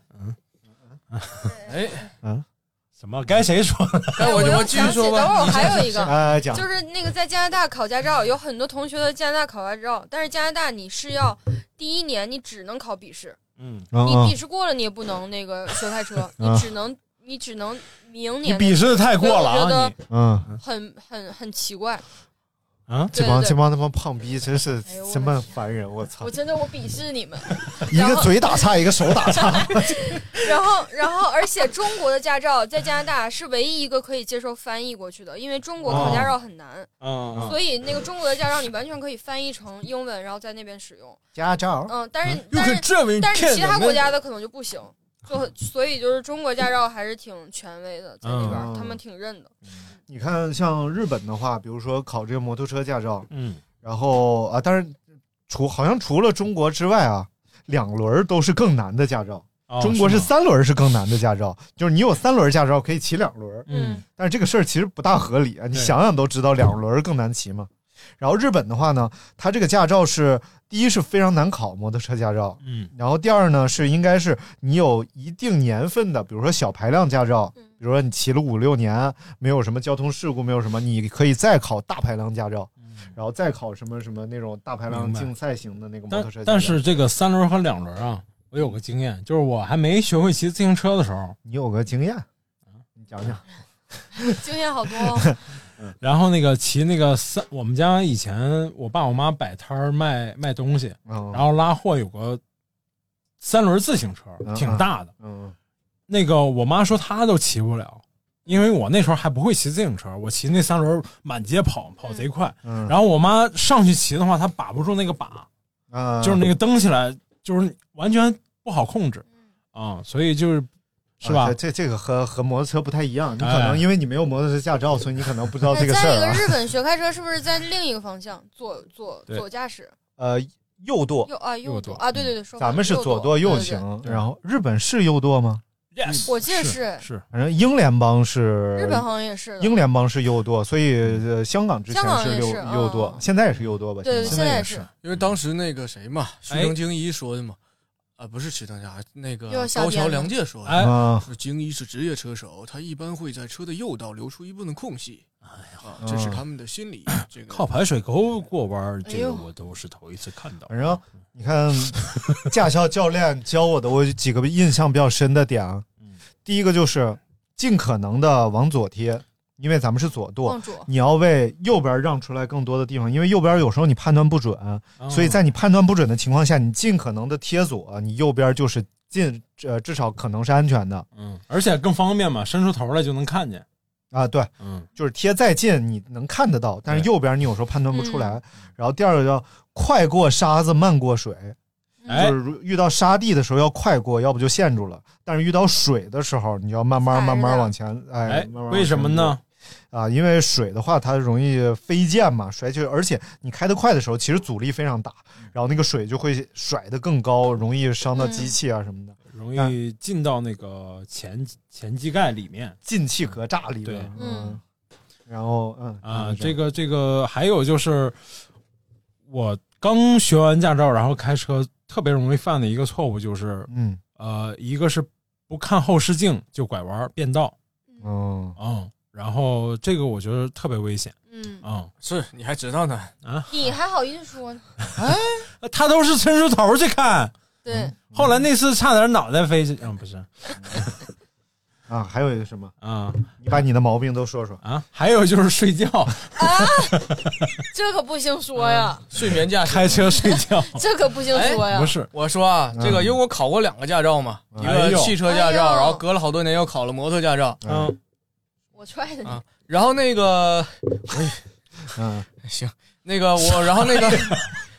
H: 什么？该谁说的？
I: 我
G: 继续说吧。
I: 等会儿我还有一个，
D: 讲
I: 就是那个在加拿大考驾照，有很多同学的加拿大考驾照，但是加拿大你是要第一年你只能考笔试，你笔试过了你也不能那个学开车，你只能明年。
H: 你笔试太过了啊！
I: 你很奇怪。
D: 这帮他妈胖逼真是什么烦人！我操！
I: 我鄙视你们，
D: 一个嘴打岔，一个手打岔。
I: 然后，而且中国的驾照在加拿大是唯一一个可以接受翻译过去的，因为中国考驾照很难，所以那个中国的驾照你完全可以翻译成英文，然后在那边使用
D: 驾照。
I: 但是其他国家的可能就不行，所以就是中国驾照还是挺权威的，在那边他们挺认的。
D: 你看，像日本的话，比如说考这个摩托车驾照，然后当然好像除了中国之外啊，2轮都是更难的驾照。中国是3轮是更难的驾照，就是你有3轮驾照可以骑2轮，但是这个事儿其实不大合理啊，你想想都知道2轮更难骑嘛。然后日本的话呢，它这个驾照是第一是非常难考摩托车驾照，然后第二呢是应该是你有一定年份的，比如说小排量驾照，比如说你骑了5-6年，没有什么交通事故，没有什么，你可以再考大排量驾照，然后再考什么那种大排量竞赛型的那个摩托车驾照。
H: 但是这个3轮和2轮啊，我有个经验，就是我还没学会骑自行车的时候，
D: 你有个经验，你讲讲。
I: 经验好多。
H: 然后那个骑那个我们家以前我爸我妈摆摊卖东西，然后拉货有个3轮自行车，挺大的。那个我妈说她都骑不了，因为我那时候还不会骑自行车，我骑那3轮满街跑贼快。然后我妈上去骑的话，她把不住那个把，就是那个蹬起来就是完全不好控制所以是吧？
D: 这个和摩托车不太一样，你可能因为你没有摩托车驾照，所以你可能不知道这个事儿。
I: 再一个，日本学开车是不是在另一个方向左驾驶？
D: 右舵。
I: 右舵啊，对，
D: 咱们是左舵右行，然后日本是右舵吗？
H: Yes，
I: 我记得
H: 是，
D: 反正英联邦是，
I: 日本好像也是，
D: 英联邦是右舵，所以香港之前是右舵，现在也是右舵吧？
I: 对，现在也是，
G: 因为当时那个谁嘛，徐峥京一说的嘛。不是徐腾家，那个高桥良介说的，是京一是职业车手，他一般会在车的右道留出一部分空隙。这是他们的心理。这个
H: 靠排水沟过弯，这个我都是头一次看到。
D: 反正你看，驾校教练教我的，我有几个印象比较深的点啊。第一个就是尽可能的往左贴。因为咱们是左舵，你要为右边让出来更多的地方，因为右边有时候你判断不准，所以在你判断不准的情况下，你尽可能的贴左，你右边就是至少可能是安全的。
H: 而且更方便嘛，伸出头来就能看见。
D: 对，就是贴再近你能看得到，但是右边你有时候判断不出来。然后第二个叫快过沙子慢过水。就是遇到沙地的时候要快过，要不就陷住了。但是遇到水的时候，你要慢慢往前，慢慢
H: 为什么呢？
D: 因为水的话它容易飞溅嘛，甩起，而且你开得快的时候其实阻力非常大，然后那个水就会甩得更高，容易伤到机器啊什么的，
H: 容易进到那个前机盖里面，
D: 进气格栅里面。对，然后
H: 这个还有就是我刚学完驾照，然后开车特别容易犯的一个错误就是，一个是不看后视镜就拐弯变道，然后这个我觉得特别危险。
G: 是你还知道呢
I: 啊？你还好意思说呢？
H: 他都是伸出头去看。
I: 对，
H: 后来那次差点脑袋飞去，不是。
D: 还有一个什么你把你的毛病都说说
H: 还有就是睡觉
I: 这可不行说呀。
G: 睡眠驾驶，
H: 开车睡觉，
I: 这可不行说呀。
H: 不是，
G: 我说这个，因为我考过2个驾照嘛，一个汽车驾照，然后隔了好多年又考了摩托驾照。
I: 我踹的你。
G: 然后那个，行，那个我，然后那个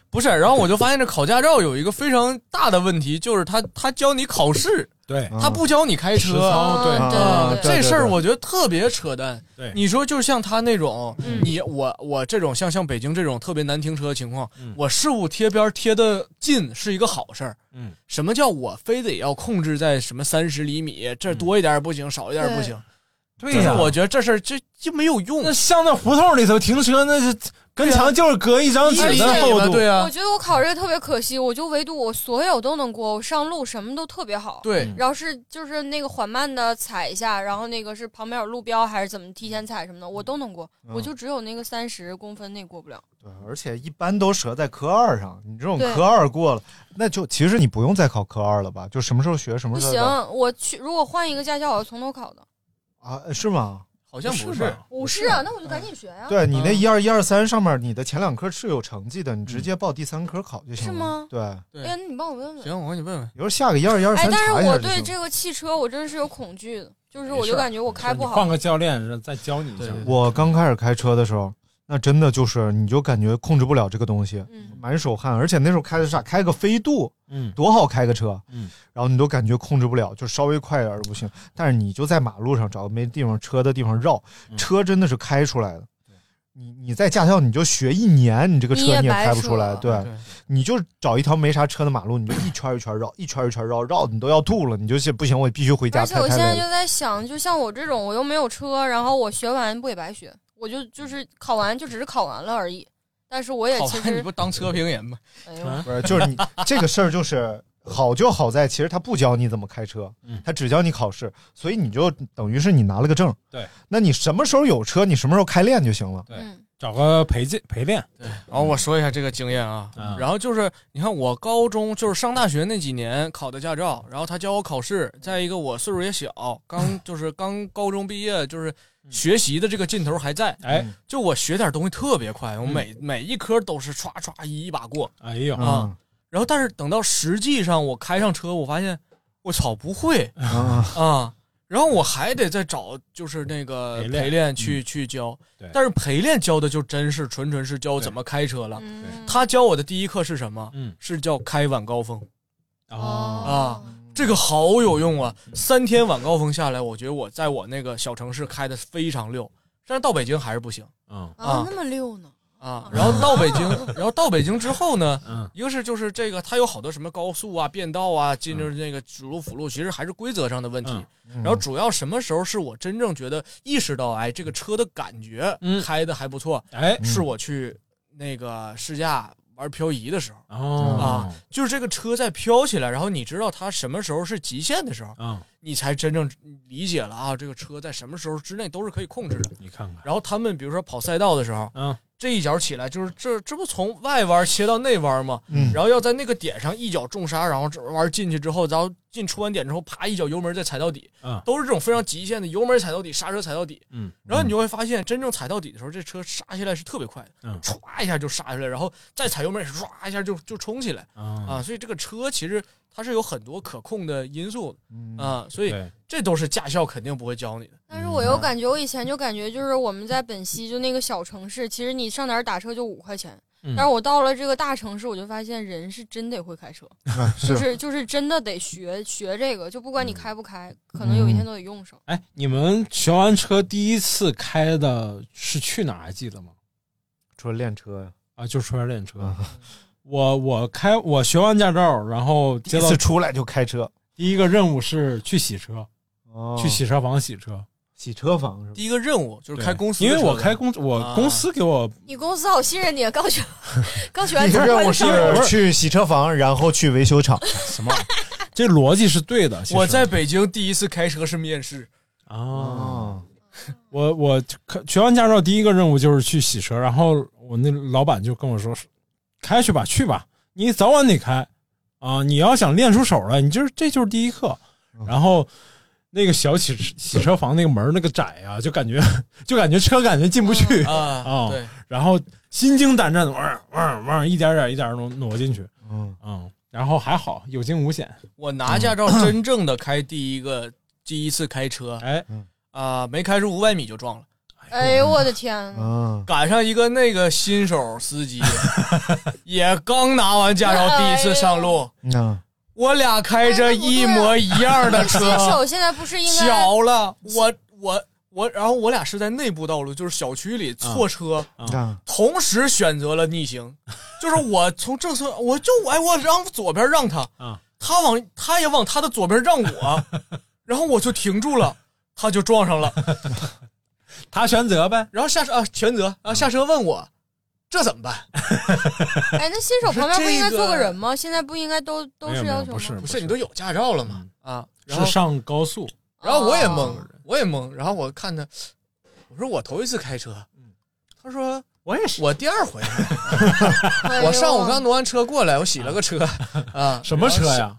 G: 不是，然后我就发现这考驾照有一个非常大的问题，就是他教你考试，
H: 对，
G: 他不教你开车，
H: 对，
G: 这事儿我觉得特别扯淡。
H: 对，
G: 你说就像他那种，我这种像北京这种特别难停车的情况，我事物贴边贴的近是一个好事儿。什么叫我非得要控制在什么30厘米，这多一点不行，少一点不行？
H: 对呀，
G: 我觉得这事儿就没有用。
H: 那像那胡同里头停车，那是跟墙就是隔一张纸的厚度。
G: 对啊，
I: 我觉得我考这个特别可惜，我就唯独我所有都能过，我上路什么都特别好。
G: 对，
I: 然后就是那个缓慢的踩一下，然后那个是旁边有路标还是怎么提前踩什么的，我都能过。我就只有那个30公分那过不了。
D: 对，而且一般都折在科2上，你这种科2过了，那就其实你不用再考科2了吧？就什么时候学什么时候。
I: 不行，我如果换一个驾校，我要从头考的。
D: 啊，是吗？
G: 好像不是，
I: 不是啊，那我就赶紧学呀。
D: 对，你那1、2、1、2、3上面，你的前2科是有成绩的，你直接报第3科考就行了。
I: 是吗？
D: 对。
I: 哎，你帮我问问。
G: 行，我给你问问。
D: 比如下个1、2、1、2、3查一下。
I: 但是我对这个汽车我真是有恐惧的，就是我就感觉我开不好。
H: 换个教练再教你一下。
D: 我刚开始开车的时候，那真的就是你就感觉控制不了这个东西，满手汗，而且那时候开的啥？开个飞度，多好开个车，然后你都感觉控制不了，就稍微快一点不行。但是你就在马路上找个没地方车的地方绕，车真的是开出来的。你在驾校你就学1年，你这个车你也开不出来。对，你就找一条没啥车的马路，你就一圈一圈绕，一圈一圈绕，绕你都要吐了，你就是不行，我必须回家。
I: 而且我现在就在想，就像我这种，我又没有车，然后我学完不也白学？我就是考完就只是考完了而已，但是我也其实
G: 你不当车评人吗？
I: 哎呦，
D: 不是，就是你这个事儿就是好就好在，其实他不教你怎么开车，他只教你考试，所以你就等于是你拿了个证。
H: 对，
D: 那你什么时候有车，你什么时候开练就行了。
H: 对，找个陪练。
G: 对，然后我说一下这个经验啊，然后就是你看我高中就是上大学那几年考的驾照，然后他教我考试，再一个我岁数也小，刚高中毕业，就是学习的这个劲头还在。哎，就我学点东西特别快，我每一科都是唰唰一把过。
H: 哎呦
G: 啊，然后但是等到实际上我开上车，我发现我操不会啊。然后我还得再找就是那个陪练去教，但是陪练教的就真是纯是教我怎么开车了。他教我的第一课是什么？是叫开晚高峰。这个好有用啊！3天晚高峰下来，我觉得我在我那个小城市开的非常溜，但是到北京还是不行。
I: 那么溜呢？
G: 然后到北京之后呢，一个是就是这个它有好多什么高速啊、变道啊，进入那个主路辅路，其实还是规则上的问题。然后主要什么时候是我真正觉得意识到，哎，这个车的感觉开的还不错，是我去那个试驾玩漂移的时候。就是这个车在飘起来，然后你知道它什么时候是极限的时候，你才真正理解了啊，这个车在什么时候之内都是可以控制的。
H: 你看看，
G: 然后他们比如说跑赛道的时候，这一脚起来就是这不从外弯切到内弯吗？然后要在那个点上一脚重刹，然后这弯进去之后，然后出完点之后，啪一脚油门再踩到底，都是这种非常极限的油门踩到底，刹车踩到底。然后你就会发现，真正踩到底的时候，这车刹下来是特别快的，唰一下就刹下来，然后再踩油门也是唰一下就冲起来所以这个车其实它是有很多可控的因素所以这都是驾校肯定不会教你的。
I: 但是我又感觉，我以前就感觉就是我们在本溪就那个小城市，其实你上哪儿打车就5块钱。但是我到了这个大城市，我就发现人是真得会开车，就是真的得学这个，就不管你开不开，可能有一天都得用上。
H: 哎，你们学完车第一次开的是去哪儿还记得吗？
D: 除了练车呀，
H: 就除了练车。我学完驾照，然后
D: 第一次出来就开车，
H: 第一个任务是去洗车，去洗车房洗车。
D: 洗车房是吧？
G: 第一个任务就是开公司，
H: 因为我公司给我，
I: 你公司好信任你，刚学完。
D: 第一个任务是去洗车房，然后去维修厂。
H: 什么？这逻辑是对的。
G: 我在北京第一次开车是面试
H: 我学完驾照第一个任务就是去洗车，然后我那老板就跟我说，开去吧，去吧，你早晚得开你要想练出手来，这就是第一课。然后那个小洗车房那个门那个窄啊，就感觉车感觉进不去
G: 对，
H: 然后心惊胆战的一点挪进去，然后还好有惊无险。
G: 我拿驾照真正的开第一次开车，没开出500米就撞了。
H: 哎
I: 哎呦我的天
D: 啊！
G: 赶上一个那个新手司机，也刚拿完驾照，第一次上路。我俩开着一模一样的车，
I: 新手现在不是应该
G: 巧了，然后我俩是在内部道路，就是小区里错车，同时选择了逆行，就是我从正侧，我让左边让他，他也往他的左边让我，然后我就停住了，他就撞上了，
H: 他全责呗，
G: 然后下车全责，然后下车问我这怎么办？
I: 哎，那新手旁边不应该坐个人吗？现在不应该都是要求吗？
G: 不是，你都有驾照了吗？然后
H: 是上高速，
G: 然后我也懵，然后我看他，我说我头一次开车，他说
H: 我也是，
G: 我第二回，我上午刚挪完车过来，我洗了个车啊，
H: 什么车呀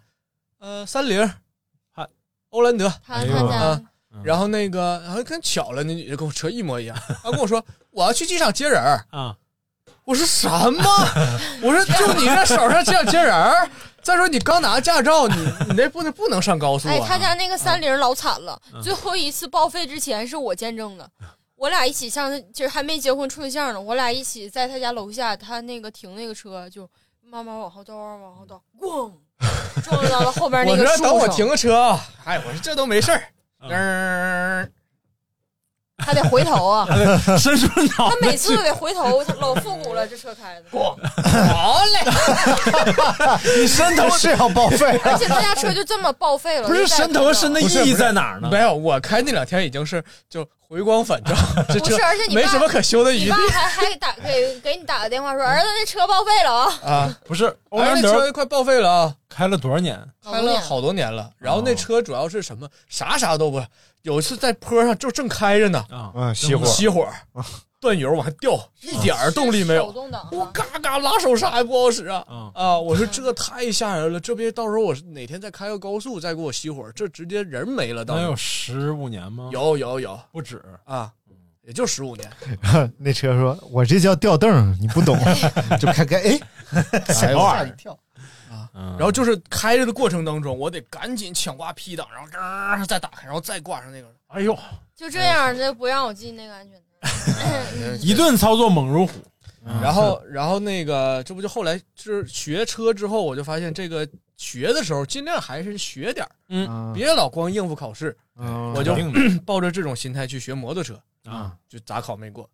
G: ？30，欧蓝德，然后那个，然后跟巧了，那女的跟我车一模一样，她跟我说我要去机场接人啊，我说什么？我说就你这手上接人。再说你刚拿驾照，你那不能上高速啊！
I: 哎，他家那个30老惨了，最后一次报废之前是我见证的，我俩一起上，就是还没结婚处对象呢，我俩一起在他家楼下，他那个停那个车就慢慢往后倒，咣，撞到了后边那个树上。
G: 我说等我停个车，哎，我说这都没事儿，
I: 还得回头啊，
H: 伸出脑
I: 他每次都得回头，老复古了，这车开的。
G: 好嘞，
H: 你伸头
J: 是要报废，
I: 而且他家车就这么报废了。
H: 不是伸头伸的意义在哪儿呢？
G: 没有，我开那2天已经是就回光返照，
I: 不是，而且你
G: 没什么可修的余地。
I: 你爸还给你打个电话说，儿子那车报废了
G: 啊！
H: 不是，
G: 那车快报废了啊！
H: 开了多少年？
G: 开了好多年了。然后那车主要是什么？啥都不。有一次在坡上就正开着呢，熄火，断油往下掉，一点动力没有。我嘎嘎拉手刹还不好使啊！我说这太吓人了，这别到时候我哪天再开个高速再给我熄火，这直接人没了。
H: 能有15年吗？
G: 有
H: 不止
G: 啊，也就15年。
J: 那车说：“我这叫吊凳，你不懂。”就开
G: 吓一跳。然后就是开着的过程当中，我得赶紧抢挂 P 档，然后再打开，然后再挂上那个。哎呦，
I: 就这样，就不让我进那个安全带。
H: 一顿操作猛如虎。
G: 然后那个，这不就后来就是学车之后，我就发现这个学的时候尽量还是学点别老光应付考试。我就抱着这种心态去学摩托车就咋考没过。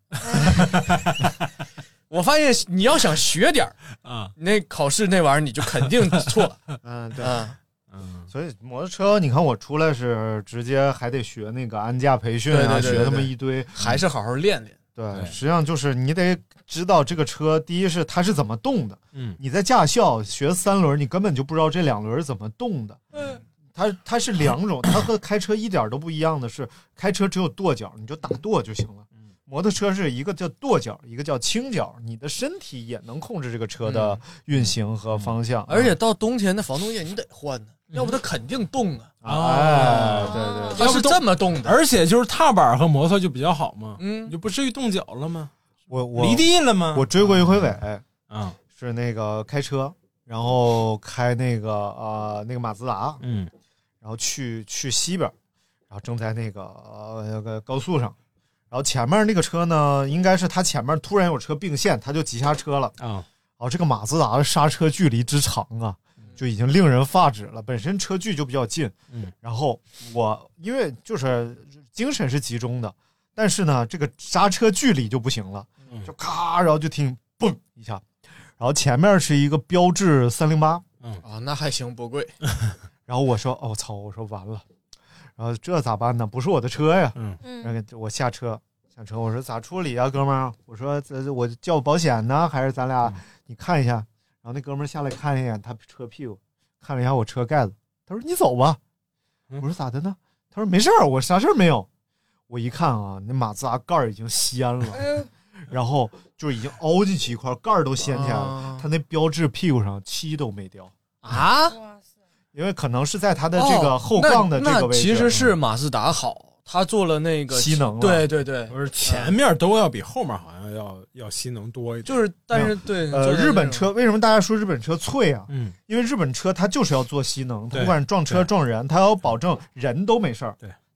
G: 我发现你要想学点那考试那玩意儿你就肯定错。
J: 对，所以摩托车，你看我出来是直接还得学那个安驾培训啊，学那么一堆，
G: 还是好好练练。
J: 对，实际上就是你得知道这个车，第一是它是怎么动的。你在驾校学3轮，你根本就不知道这2轮怎么动的。它是2种，它和开车一点都不一样的是，开车只有跺脚，你就打跺就行了。摩托车是一个叫跺脚，一个叫倾角，你的身体也能控制这个车的运行和方向。
G: 而且到冬天的防冻液你得换呢，要不它肯定冻
J: 对，
G: 它是这么冻的。
H: 而且就是踏板和摩托就比较好嘛，你就不至于冻脚了吗？
J: 我
H: 离地了吗？
J: 我追过一回尾，是那个开车，然后开那个马自达，然后去西边，然后正在那个高速上。然后前面那个车呢，应该是他前面突然有车并线，他就急刹车了然后这个马自达的刹车距离之长啊，就已经令人发指了。本身车距就比较近，然后我因为就是精神是集中的，但是呢，这个刹车距离就不行了，就咔，然后就听嘣一下，然后前面是一个标致308，
G: 那还行，不贵。
J: 然后我说，我操，我说完了。然后这咋办呢？不是我的车呀。然后我下车，我说咋处理啊，哥们儿？我说我叫保险呢，还是咱俩你看一下？然后那哥们儿下来看了一眼他车屁股，看了一下我车盖子，他说你走吧。我说咋的呢？他说没事儿，我啥事儿没有。我一看啊，那马自达盖儿已经掀了，然后就是已经凹进去一块，盖儿都掀起来了。他那标志屁股上漆都没掉
G: 啊。
J: 因为可能是在它的这个后杠的这个位置，
G: 其实是马自达好，它做了那个
J: 吸能，
G: 对，
H: 不是前面都要比后面好像要吸能多一点，
G: 就是但是对
J: 日本车为什么大家说日本车脆啊？因为日本车它就是要做吸能，不管撞车撞人，它要保证人都没事儿，
H: 对，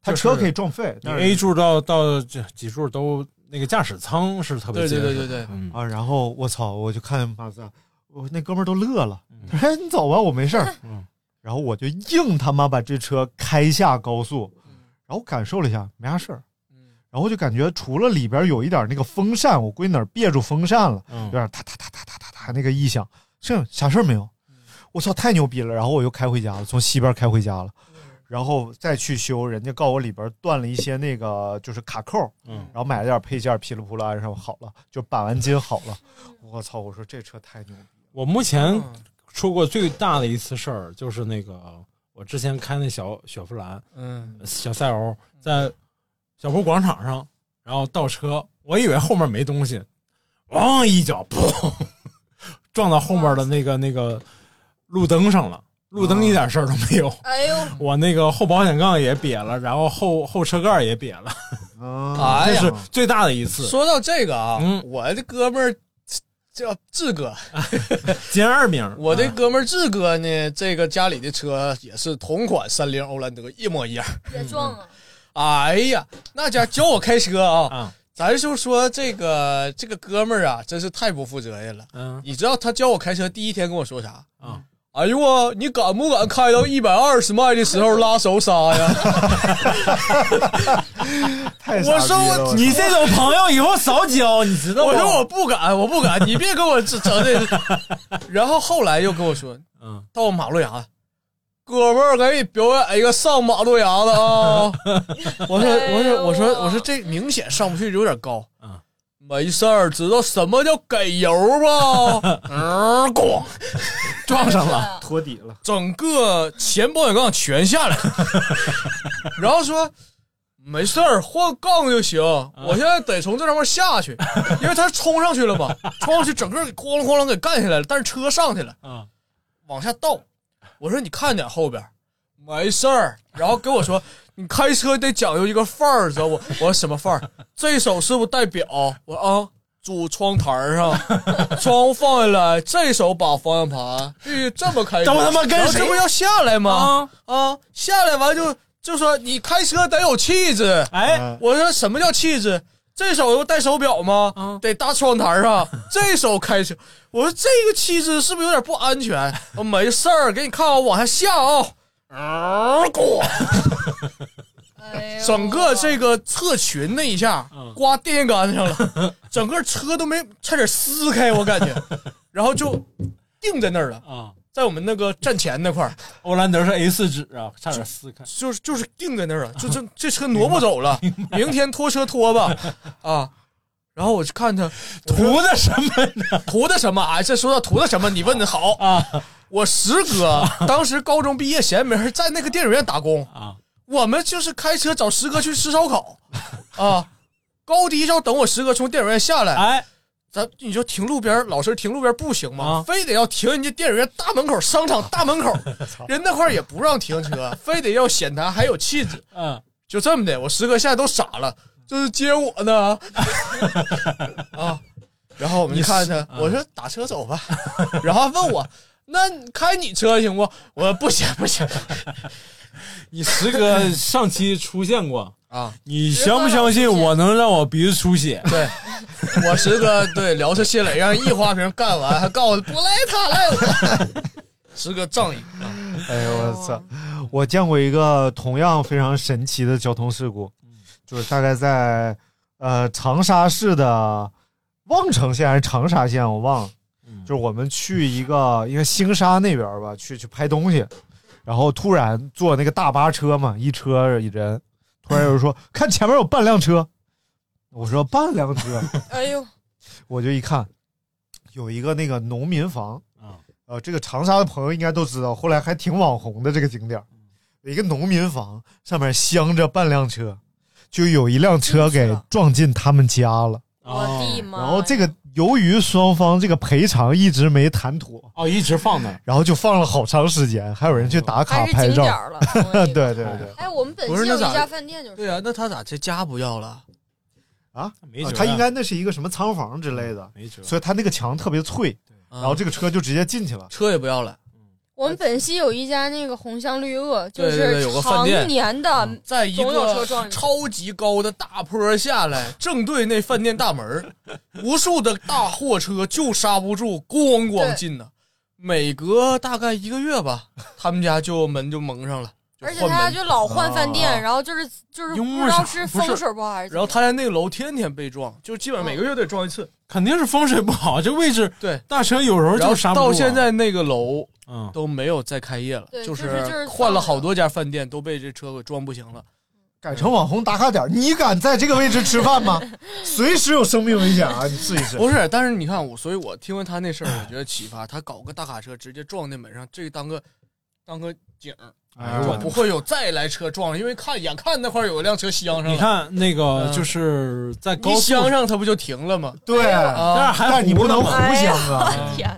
D: 他车可以撞废，
H: 你 A 柱到几柱都那个驾驶舱是特别结实。
G: 对
D: 啊！然后我操，我就看马自达，我那哥们儿都乐了，他说：“你走吧，我没事儿。”然后我就硬他妈把这车开下高速，然后感受了一下，没啥事儿。然后就感觉除了里边有一点那个风扇，我估计哪儿别住风扇了，有点哒哒哒哒哒哒哒那个异响，这啥事儿没有。我操，太牛逼了！然后我又开回家了，从西边开回家了，然后再去修，人家告我里边断了一些那个就是卡扣，然后买了点配件，噼里扑啦安上好了，就钣完金好了。我操，我说这车太牛逼了。
H: 我目前出过最大的一次事儿，就是那个我之前开那小雪佛兰，小赛欧在小坡广场上，然后倒车，我以为后面没东西，咣一脚，砰，撞到后面的那个路灯上了，路灯一点事儿都没有。
I: 哎呦，
H: 我那个后保险杠也瘪了，然后后车盖也瘪了。这是最大的一次。
G: 说到这个啊，我的哥们儿叫志哥，
H: 兼二名。
G: 我的哥们儿志哥呢，这个家里的车也是同款30欧蓝德，一模一样。
I: 别撞啊！
G: 哎呀，那家教我开车啊，咱就说这个哥们儿啊，真是太不负责任了。你知道他教我开车第一天跟我说啥？哎呦啊，你敢不敢开到120迈的时候拉手刹呀？
D: 我
G: 说
H: 你这种朋友以后少交，你知道吗？
G: 我说我不敢，你别跟我整这。然后后来又跟我说，到马路牙。哥们儿，给你表演一个上马路牙的啊！我说这明显上不去，有点高。没事儿，知道什么叫给油吧？咣，
H: 撞上了，
D: 托底了，
G: 整个前保险杠全下来。然后说没事儿，换杠就行。我现在得从这上面下去，因为他冲上去了嘛，冲上去整个哐啷哐啷给干下来了，但是车上去了，往下倒。我说你看点后边，没事儿。然后跟我说你开车得讲究一个范儿，知道不？我说什么范儿？这手是不是带表？我说主窗台上，窗户放下来，这手把方向盘，必须这么开车。
H: 都他妈跟谁？
G: 这不要下来吗？下来完就说你开车得有气质。哎，我说什么叫气质？这手又戴手表吗？得搭窗台上，这手开车。我说这个气质是不是有点不安全？我没事儿，给你看我往下下啊，整个这个侧裙那一下刮电线杆上了，整个车都没差点撕开，我感觉，然后就定在那儿了在我们那个站前那块儿，
H: 欧蓝德是 A4 纸啊，差点撕开，
G: 就是定在那儿了，就这车挪不走了，明天拖车拖吧啊。然后我去看他
H: 图的什么呢？
G: 图的什么？哎，这说到图的什么，你问的好啊！我师哥当时高中毕业闲没事在那个电影院打工啊，我们就是开车找师哥去吃烧烤啊。高低要等我师哥从电影院下来，哎，你说停路边，老师停路边不行吗？非得要停人家电影院大门口，商场大门口，人那块也不让停车，非得要显他还有气质。就这么的，我师哥现在都傻了。就是接我呢啊，然后我们就看他，我说打车走吧，然后问我那开你车行不？我说不行。
H: 你师哥上期出现过啊，你相不相信我能让我鼻子出血？
G: 对，我师哥对聊着谢磊让一花瓶干完，还告诉不赖他赖我，师哥仗义。
D: 哎呦我操！我见过一个同样非常神奇的交通事故。就是大概在长沙市的望城县还是长沙县我忘了，就是我们去一个兴沙那边吧，去拍东西，然后突然坐那个大巴车嘛，一车人，突然有人说看前面有半辆车，我说半辆车，
I: 哎呦，
D: 我就一看有一个那个农民房这个长沙的朋友应该都知道，后来还挺网红的这个景点，有一个农民房上面镶着半辆车。就有一辆车给撞进他们家了，
I: 我的妈！
D: 然后这个由于双方这个赔偿一直没谈妥，
H: 一直放那，
D: 然后就放了好长时间，还有人去打卡拍照
I: 了。
D: 对。
I: 哎，我们本溪有一家饭店就是。
G: 对啊，那他咋这家不要了？
D: 他应该那是一个什么仓房之类的，所以他那个墙特别脆，然后这个车就直接进去了，
G: 车也不要了。
I: 我们本溪有一家那个红香绿萼，就
G: 对对对，有
I: 是
G: 个饭店
I: 常年的，
G: 在一个超级高的大坡下来，正对那饭店大门，无数的大货车就刹不住，咣咣进呢。每隔大概1个月吧，他们家门就蒙上了。
I: 而且他就老换饭店，然后就是不知道是风水不好还是。
G: 然后他在那个楼天天被撞，就基本上每个月得撞一次。
H: 肯定是风水不好，这位置
G: 对
H: 大车有时候就刹不住。
G: 到现在那个楼都没有再开业了，就是换了好多家饭店，都被这车给撞不行了。
J: 改成网红打卡点，你敢在这个位置吃饭吗？随时有生命危险啊！你试一试。
G: 不是，但是你看所以我听完他那事儿，我觉得启发，他搞个大卡车直接撞那门上，这个当个景。就不会有再来车撞，因为眼看那块有一辆车镶上了。
H: 你看那个就是在高速
G: 镶上，它不就停了吗？
J: 对，但你不能互相啊！
I: 天，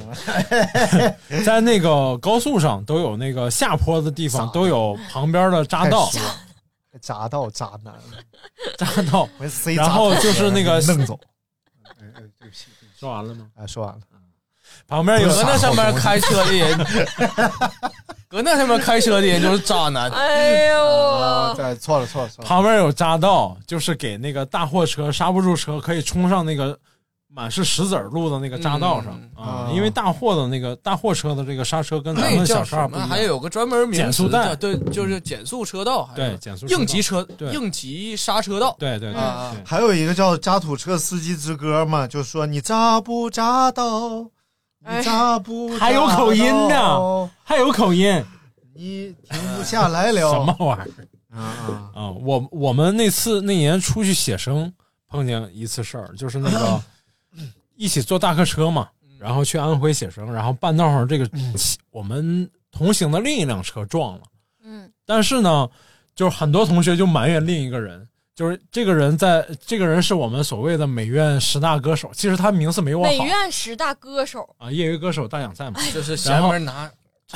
H: 在那个高速上都有那个下坡的地方都有旁边的匝道，
J: 匝道渣男，
H: 匝道，然后就是那个
J: 弄走。
H: 对不起，说完了吗？
J: 说完了。
H: 旁边有
G: 那上面开车的人。搁那上面开车的人就是渣男。
I: 哎呦，
J: 错了。
H: 旁边有匝道，就是给那个大货车刹不住车，可以冲上那个满是石子路的那个匝道上因为大货车的这个刹车跟咱们小车不一样，
G: 还有个专门名词
H: 减速带，
G: 对，就是减速车道，
H: 对，减速
G: 应急刹车道，
H: 对。
J: 还有一个叫《渣土车司机之歌》嘛，就说你渣不渣到。
H: 还有口音呢，还有口音，
J: 你停不下来了。
H: 什么玩意儿？我们那年出去写生，碰见一次事儿，就是那个一起坐大客车嘛，然后去安徽写生，然后半道上这个我们同行的另一辆车撞了，但是呢，就是很多同学就埋怨另一个人。就是这个人是我们所谓的美院10大歌手，其实他名字没我好。
I: 美院10大歌手
H: 啊，业余歌手大奖赛嘛，
G: 就是前面拿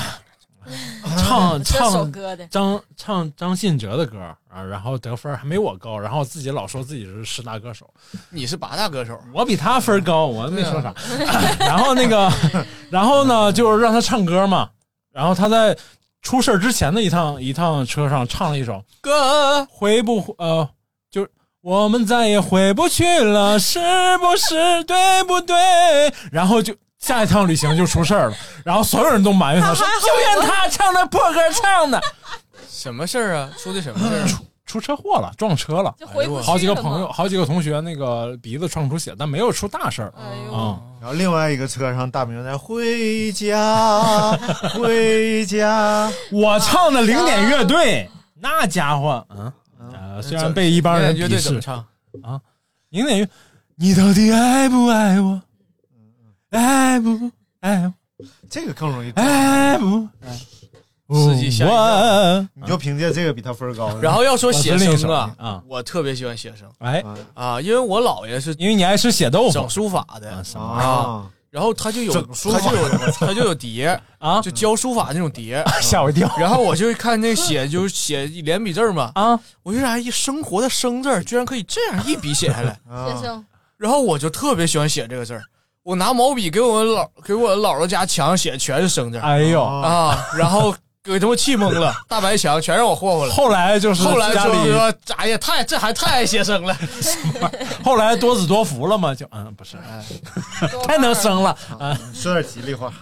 H: 唱张信哲的歌啊，然后得分还没我高，然后自己老说自己是10大歌手，
G: 你是8大歌手，
H: 我比他分高，我没说啥。然后呢，就是让他唱歌嘛，然后他在出事之前的一趟车上唱了一首歌，就我们再也回不去了，是不是对不对？然后就下一趟旅行就出事了，然后所有人都埋怨他说，就怨他唱的破歌唱的。
G: 什么事儿啊？出的什么事儿？
H: 出车祸了，撞车了，好几个朋友，好几个同学那个鼻子撞出血，但没有出大事儿。
J: 然后另外一个车上大明在回家，回家。
H: 我唱的零点乐队，那家伙，虽然被一帮人鄙视啊，零点乐，你到底爱不爱我？爱不爱我？
J: 这个更容易
H: 爱不爱？
G: 司机下
J: 你就凭借这个比他分高。
G: 然后要说写生我特别喜欢写生。因为我姥爷是
H: 因为你爱吃血豆腐，
G: 整书法的然后他就有碟就教书法那种碟，
H: 吓我一跳。
G: 然后我就看那写连笔字嘛我就一生活的生字居然可以这样一笔写下来，然后我就特别喜欢写这个字儿。我拿毛笔给我姥姥家墙上写的全是生字，
H: 哎呦
G: 然后给他们气懵了，大白墙全让我霍霍了。
H: 后来就
G: 说，哎呀，这还太爱写生了。
H: 后来多子多福了嘛，就不是，太能生了
J: 说点吉利话。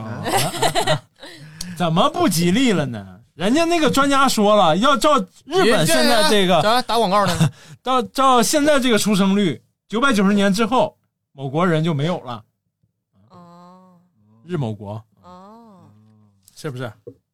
H: 怎么不吉利了呢？人家那个专家说了，要照日本现在这个
G: 打广告呢，
H: 照现在这个出生率，990年之后，某国人就没有了。日某国是不是？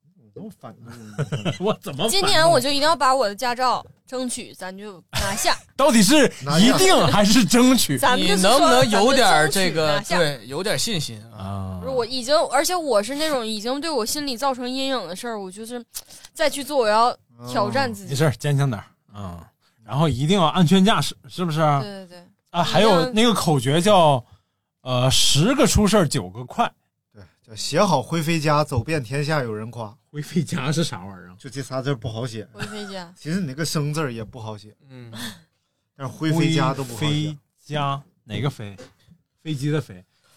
H: 我怎么
I: 今年我就一定要把我的驾照争取，咱就拿下。
H: 到底是一定还是争取？
G: 你能不能有点这个对，有点信心
I: 啊？我已经，而且我是那种已经对我心里造成阴影的事儿，我就是再去做，我要挑战自己。
H: 没事，坚强点然后一定要安全驾驶，是不是？
I: 对
H: 啊，还有那个口诀叫10个出事9个快。
J: 对，写好灰飞家，走遍天下有人夸。
H: 灰飞家是啥玩意儿？
J: 就这仨字不好写。
I: 灰飞家，
J: 其实你那个生字也不好写。但是灰飞家都不好写。
H: 飞家哪个飞？飞机的飞。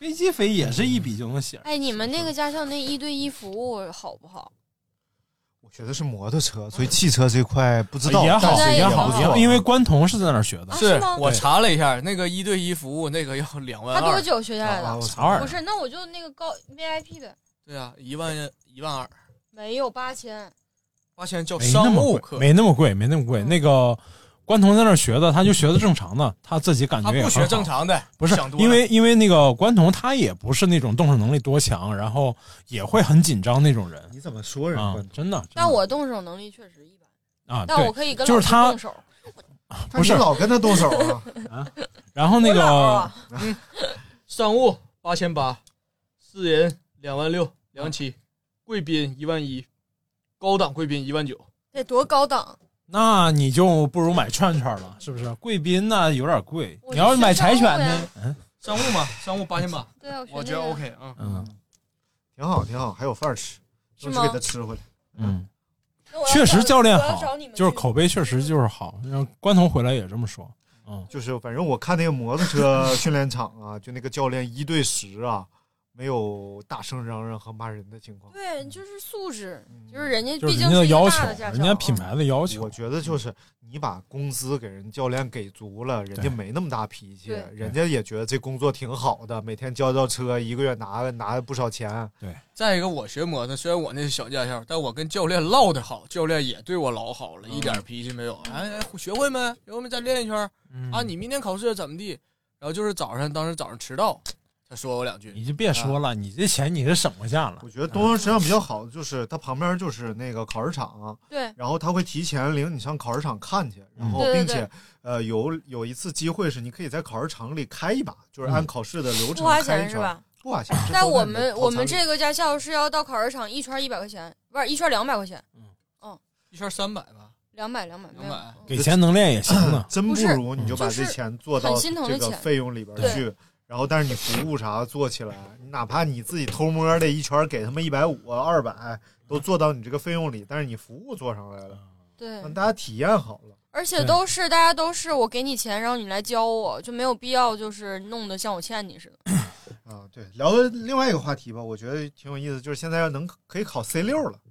H: 飞机飞也是一笔就能写。
I: 哎，你们那个驾校那1对1服务好不好？
J: 我学的是摩托车，所以汽车这块不知道
H: 也好，因为关彤是在那儿学的。
G: 是我查了一下，那个1对1服务那个要2万2。
I: 他多久学下来的？
H: 不
I: 是，那我就那个高 VIP 呗。
G: 对啊，1万2。
I: 没有8000
G: 叫商务课，
H: 没那么贵。那个关彤在那儿学的，他就学的正常的，他自己感觉也
G: 他不学正常的，
H: 不是因为那个关彤他也不是那种动手能力多强，然后也会很紧张那种人。
J: 你怎么说人
H: 啊？真的。
I: 但我动手能力确实一般
H: 啊，
I: 但我可以跟老师动手。
H: 不是
J: 老跟他动手
H: 啊。然后那个
G: 商务8800，私人2万6、2万7，贵宾1万1，高档贵宾1万9。
I: 得多高档？
H: 那你就不如买串串了，是不是？贵宾呢有点贵，你要是买柴犬呢？
G: 商务嘛，商务8800。
I: 对啊，
G: 我觉得 OK 啊。
J: 挺好，还有饭吃，
I: 是吗？
J: 给他吃回来。
H: 确实教练好，就是口碑确实就是好。让关彤回来也这么说。
J: 就是反正我看那个摩托车训练场啊，就那个教练1对10啊。没有大声嚷嚷和骂人的情况，
I: 对，就是素质，就是人家毕竟
H: 是一个
I: 大的
H: 驾校，人家品牌的要求。
J: 我觉得就是你把工资给人教练给足了，人家没那么大脾气，人家也觉得这工作挺好的，每天交车1个月拿不少钱。
H: 对，
G: 再一个我学摩托，虽然我那是小驾校，但我跟教练唠得好，教练也对我老好了，一点脾气没有。哎，学会没？再练一圈啊！你明天考试怎么地？然后就是当时早上迟到。他说我2句，
H: 你就别说了，你这钱你是省不下了。
J: 我觉得东方实际上比较好的就是它旁边就是那个考试场，
I: 对，
J: 然后他会提前领你上考试场看去，然后并且有一次机会是你可以在考试场里开一把，就是按考试的流程
I: 不花
J: 开一圈，
I: 钱是吧？
J: 不花钱。
I: 但我们这个驾校是要到考试场1圈100块钱，不是1圈200块钱，
G: 一圈300吧。
I: 200，
H: 给钱能练也行呢，
J: 真不如你就把这钱做到这个费用里边去。然后，但是你服务啥做起来，你哪怕你自己偷摸的1圈给他们150、200，都做到你这个费用里，但是你服务做上来了，
I: 对，
J: 让大家体验好了。
I: 而且大家都是我给你钱，然后你来教我，就没有必要就是弄得像我欠你似的。
J: 对，聊另外一个话题吧，我觉得挺有意思，就是现在可以考 C6 了。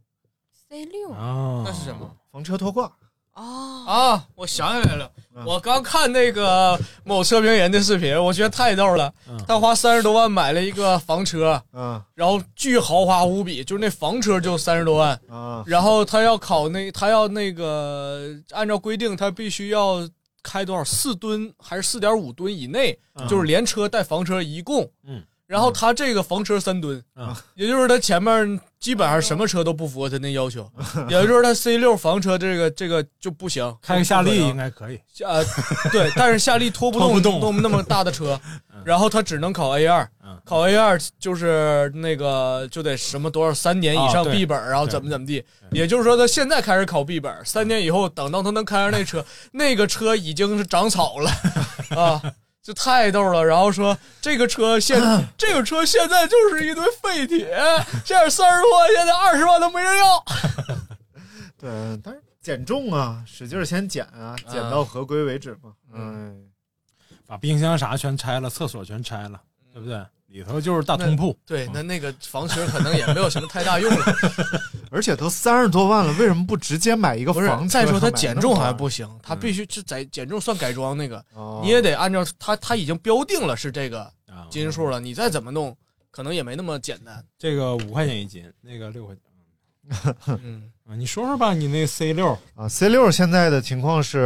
I: C6
G: 啊，那是什么？
J: 房车拖挂。
G: 我想起来了，我刚看那个某测评人的视频，我觉得太逗了。他花30多万买了一个房车，然后巨豪华无比，就是那房车就30多万，然后他要那个按照规定，他必须要开多少4吨还是4.5吨以内，就是连车带房车一共，然后他这个房车3吨，也就是他前面基本上什么车都不符合他那要求，也就是他 C6 房车这个就不行，
H: 开个夏利应该可以，
G: 对，但是夏利拖不动那么大的车，然后他只能考 A2，考 A2 就是那个就得什么多少3年以上 B 本，然后怎么地，也就是说他现在开始考 B 本，3年以后等到他能开上那车，那个车已经是长草了啊。就太逗了，然后说这个车现在就是一堆废铁，这样30多万，现在20万都没人要。
J: 对，但是减重啊，使劲先减啊，减到合规为止嘛。
H: 把冰箱啥全拆了，厕所全拆了，对不对？里头就是大通铺。
G: 对，那个房车可能也没有什么太大用了。
J: 而且都30多万了，为什么不直接买一个房车？
G: 再说他减重好像不行，他必须是在减重算改装那个，你也得按照他已经标定了是这个斤数了，你再怎么弄，可能也没那么简单。
H: 这个5块钱一斤，那个6块钱。你说说吧，你那 C6
J: 啊 ，C6 现在的情况是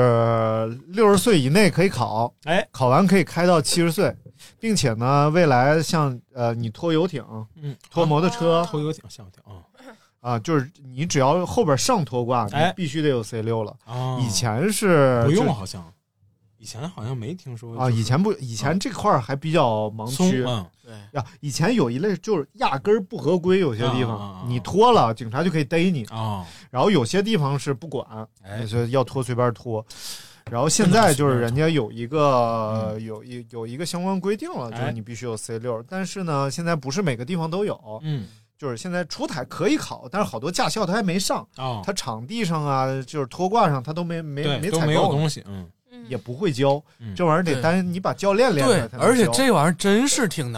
J: 60岁以内可以考，考完可以开到70岁，并且呢，未来像你拖游艇，拖摩托车，
H: 拖游艇、下游艇
J: 就是你只要后边上拖挂，你必须得有 C6 了。以前是
H: 不用，好像以前好像没听说
J: 啊。以前这块还比较盲区。
G: 对
J: 呀，以前有一类就是压根不合规，有些地方你拖了，警察就可以逮你然后有些地方是不管，就是要拖随便拖。然后现在就是人家有一个有一个相关规定了，就是你必须有 C6。但是呢，现在不是每个地方都有。就是现在出台可以考，但是好多驾校它还没上它场地上啊，就是拖挂上它都没采购
H: 东西，
J: 也不会教这玩意儿得单你把教练练出来才能教。
G: 对，而且这玩意儿真是挺难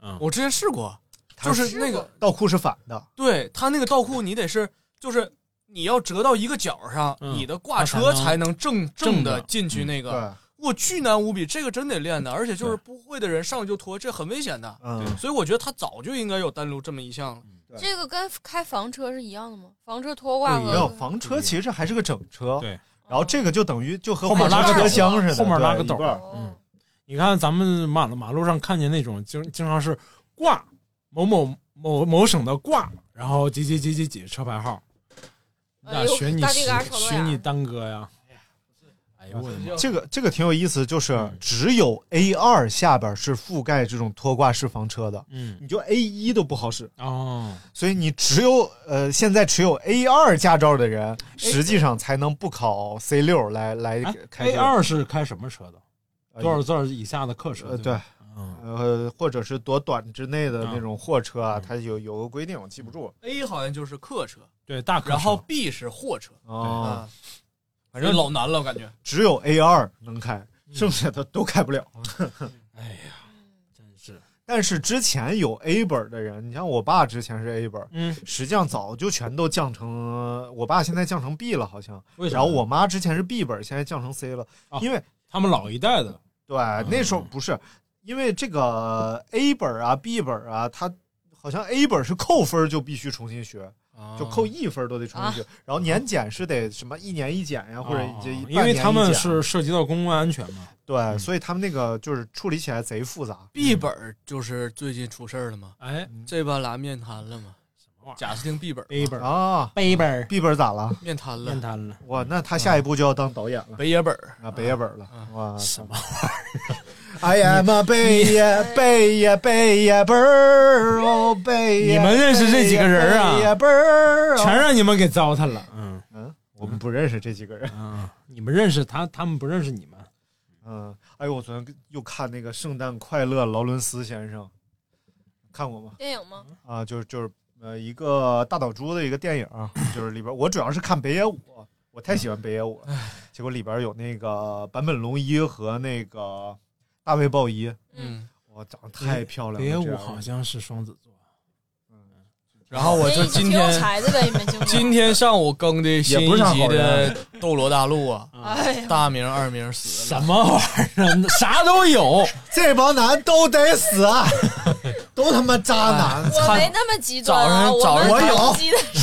G: 我之前试过，就是那个
D: 倒库是反的，
G: 对，它那个倒库你得是就是你要折到一个角上，你的挂车才能正的进去那个。我巨难无比，这个真得练的，而且就是不会的人上去就拖，这很危险的。所以我觉得他早就应该有单路这么一项了。
I: 这个跟开房车是一样的吗？房车拖挂
D: 没有，房车其实还是个整车。
H: 对，
D: 然后这个就等于就和
H: 后面拉个
D: 车厢似的，
H: 后面拉个斗。你看咱们马路上看见那种经常是挂某省的挂，然后几车牌号，那学你当哥呀。哎呦我的妈！
D: 这个挺有意思，就是只有 A2 下边是覆盖这种拖挂式房车的，你就 A1 都不好使
H: 哦。
D: 所以你只有现在持有 A2 驾照的人，实际上才能不考 C6来开。
H: A2 是开什么车的？多少字以下的客车？
D: 对，或者是多短之内的那种货车啊，它有个规定，我记不住。
G: A 好像就是客车，
H: 对，大客车，
G: 然后 B 是货车。
D: 哦。
G: 反正老难了，我感觉
D: 只有 A2 能开，剩下的都开不了。
H: 哎呀，真是！
D: 但是之前有 A 本的人，你像我爸之前是 A 本，实际上早就全都降成，我爸现在降成 B 了，好像。
H: 为啥？
D: 然后我妈之前是 B 本，现在降成 C 了，因为
H: 他们老一代的。
D: 对，那时候不是，因为这个 A 本啊、B 本啊，它好像 A 本是扣分就必须重新学。就扣1分都得重新学，然后年检是得什么1年1检呀，或者
H: 因为他们是涉及到公共安全嘛。
D: 对，所以他们那个就是处理起来贼复杂。
G: B 本就是最近出事了嘛？
H: 哎，
G: 这班拉面瘫了嘛？
H: 什么玩意儿？
G: 贾斯汀 B 本
H: ，A 本
D: 啊
H: ，B 本
D: ，B 本咋了？
G: 面瘫了。
D: 哇，那他下一步就要当导演了。
G: 北野本
D: 啊，北野本了。哇，
H: 什么玩意儿
D: ？I am a 北野本儿哦，北野。
H: 你们认识这几个人啊？
D: 北野本儿
H: 全让你们给糟蹋了。
D: 我们不认识这几个人。
H: 你们认识他，他们不认识你
D: 们。哎呦，我昨天又看那个《圣诞快乐，劳伦斯先生》，看过吗？
I: 电影吗？
D: 啊，就是一个大岛渚的一个电影，就是里边我主要是看北野武，我太喜欢北野武了，结果里边有那个坂本龙一和那个大卫鲍伊，哇，长得太漂亮了。
H: 北野武好像是双子座，
G: 然后我就今天上午更的新一集的《斗罗大陆》啊，大名二名死
H: 了，什么玩意儿？啥都有，
D: 这帮男都得死，都他妈渣男。
I: 我没那么极端啊，
D: 我有。